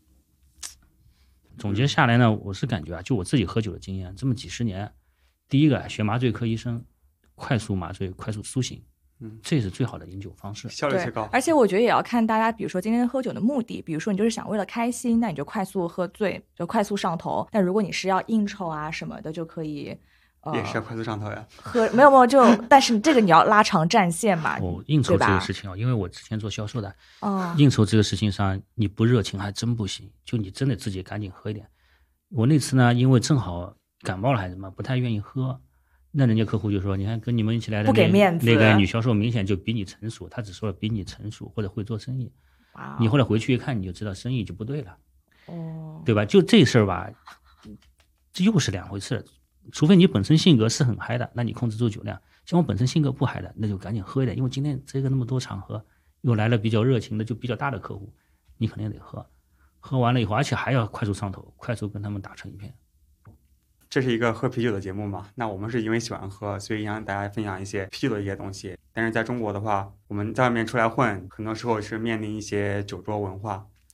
总结下来呢，我是感觉啊，就我自己喝酒的经验，这么几十年，第一个学麻醉科医生，快速麻醉，快速苏醒，嗯，这是最好的饮酒方式， 效率最高。 而且我觉得也要看大家，比如说今天喝酒的目的，比如说你就是想为了开心，那你就快速喝醉，就快速上头。但如果你是要应酬啊什么的，就可以。 呃、也是要快速上头呀， 喝没有没有就，但是这个你要拉长战线嘛。 哦，应酬这个事情啊，因为我之前做销售的， 哦， 应酬这个事情上你不热情还真不行，就你真的自己赶紧喝一点。我那次呢，因为正好感冒了还是什么，不太愿意喝，那人家客户就说，你看跟你们一起来的那不给面子， 那个女销售明显就比你成熟，她只说了比你成熟或者会做生意。 哇， 你后来回去一看，你就知道生意就不对了， 哦， 对吧？就这事儿吧，这又是两回事。除非你本身性格是很嗨的，那你控制住酒量。像我本身性格不嗨的，那就赶紧喝一点，因为今天这个那么多场合，又来了比较热情的，就比较大的客户，你肯定得喝。喝完了以后，而且还要快速上头，快速跟他们打成一片。 这是一个喝啤酒的节目嘛？那我们是因为喜欢喝，所以想大家分享一些啤酒的一些东西。但是在中国的话，我们在外面出来混，很多时候是面临一些酒桌文化。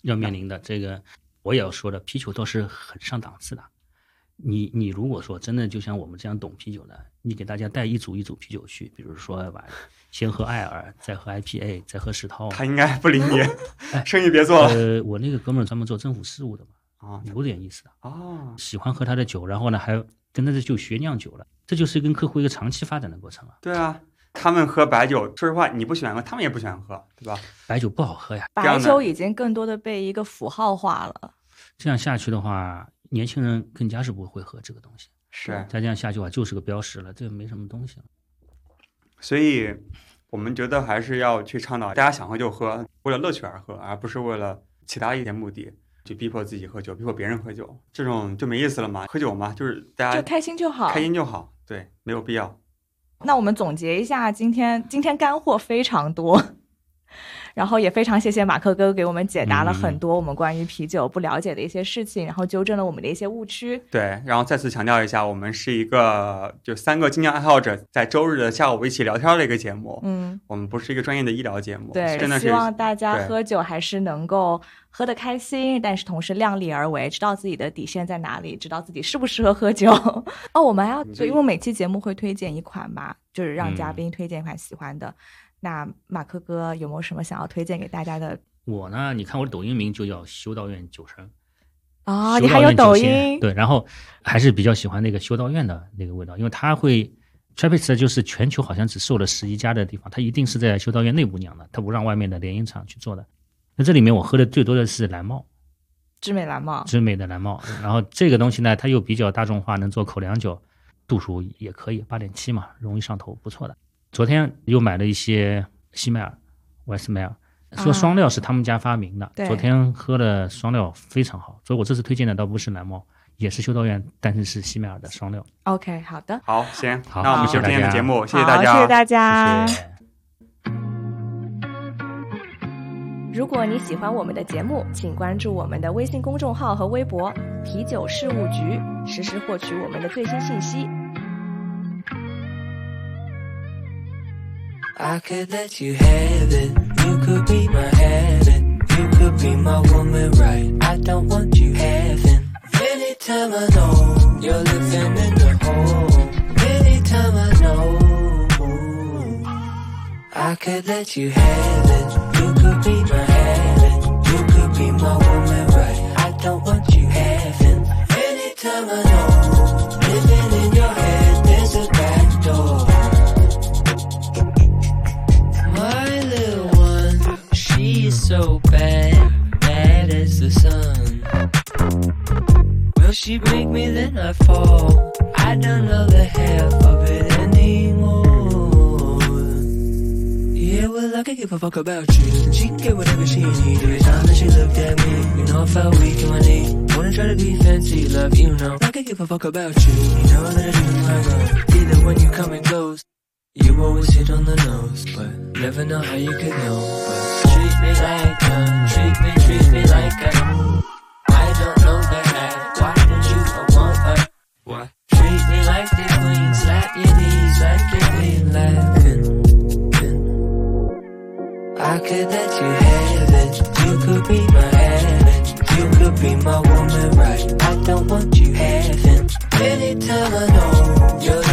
要面临的这个，我也要说的，啤酒倒是很上档次的。你你如果说真的就像我们这样懂啤酒的，你给大家带一组一组啤酒去，比如说吧，先喝艾尔，再喝 I P A， 再喝石涛， 他应该不理你，生意别做了。 呃，我那个哥们儿专门做政府事务的嘛， 啊， 有点意思的哦， 喜欢喝他的酒，然后呢还跟他的就学酿酒了，这就是跟客户一个长期发展的过程了。 对啊，他们喝白酒，说实话你不喜欢喝，他们也不喜欢喝，对吧？ 白酒不好喝呀， 白酒已经更多的被一个符号化了。 这样下去的话，年轻人更加是不会喝这个东西。 是， 再这样下去的话，就是个标识了，这没什么东西了。 所以我们觉得还是要去倡导，大家想喝就喝，为了乐趣而喝，而不是为了其他一些目的去逼迫自己喝酒，逼迫别人喝酒，这种就没意思了嘛。喝酒嘛，就是大家就开心就好， 开心就好，对，没有必要。 那我们总结一下，今天今天干货非常多。然后也非常谢谢马克哥给我们解答了很多我们关于啤酒不了解的一些事情，然后纠正了我们的一些误区。 对，然后再次强调一下，我们是一个就三个精酿爱好者在周日的下午一起聊天的一个节目。 嗯， 我们不是一个专业的医疗节目。 对， 真的是希望大家喝酒还是能够喝得开心，但是同时量力而为，知道自己的底线在哪里，知道自己适不适合喝酒。哦，我们还要，因为每期节目会推荐一款嘛，就是让嘉宾推荐一款喜欢的。嗯，那马克哥有没有什么想要推荐给大家的？ 我呢，你看我的抖音名就叫修道院酒神啊，你还有抖音？ 对，然后还是比较喜欢那个修道院的那个味道，因为它会 Trappist 就是全球好像只售了十一家的地方，它一定是在修道院内部酿的，它不让外面的联营厂去做的。那这里面我喝的最多的是蓝帽， 知美蓝帽， 知美的蓝帽。然后这个东西呢，它又比较大众化，能做口粮酒，度数也可以 八点七 嘛，容易上头，不错的。昨天又买了一些西麦尔 West 麦尔，说双料是他们家发明的，啊，昨天喝的双料非常好，所以我这次推荐的倒不是蓝帽，也是修道院，但是是西麦尔的双料。 OK， 好的， 好，行， 好， 那我们就今天的节目，谢谢大家， 谢谢大家， 谢谢。 如果你喜欢我们的节目，请关注我们的微信公众号和微博啤酒事务局，实时获取我们的最新信息。 I could let you have it, you could be my heaven, you could be my woman, right? I don't want you having. Anytime I know you're living in the hole, anytime I know I could let you have it, you could be my heaven, you could be my woman, right? I don't want you having. Anytime I know living in your head, there's a back door. My little one, she's so bad, bad as the sun. Will she break me then I fall? I don't know the half of it anymore. Yeah, well I could give a fuck about you. She can get whatever she needs. Every time that she looked at me, you know I felt weak in my knee. Wanna try to be fancy, love, you know I could give a fuck about you. You know that I do my wrong. Either when you coming close, you always hit on the nose, but never know how you could know. But treat me like a, treat me, treat me like a, I don't know the half. Why don't you want her? What? Treat me like the queen, slap your knees like you're been laughing. I could let you have it, you could be my heaven, you could be my woman, right? I don't want you having. Anytime I know you're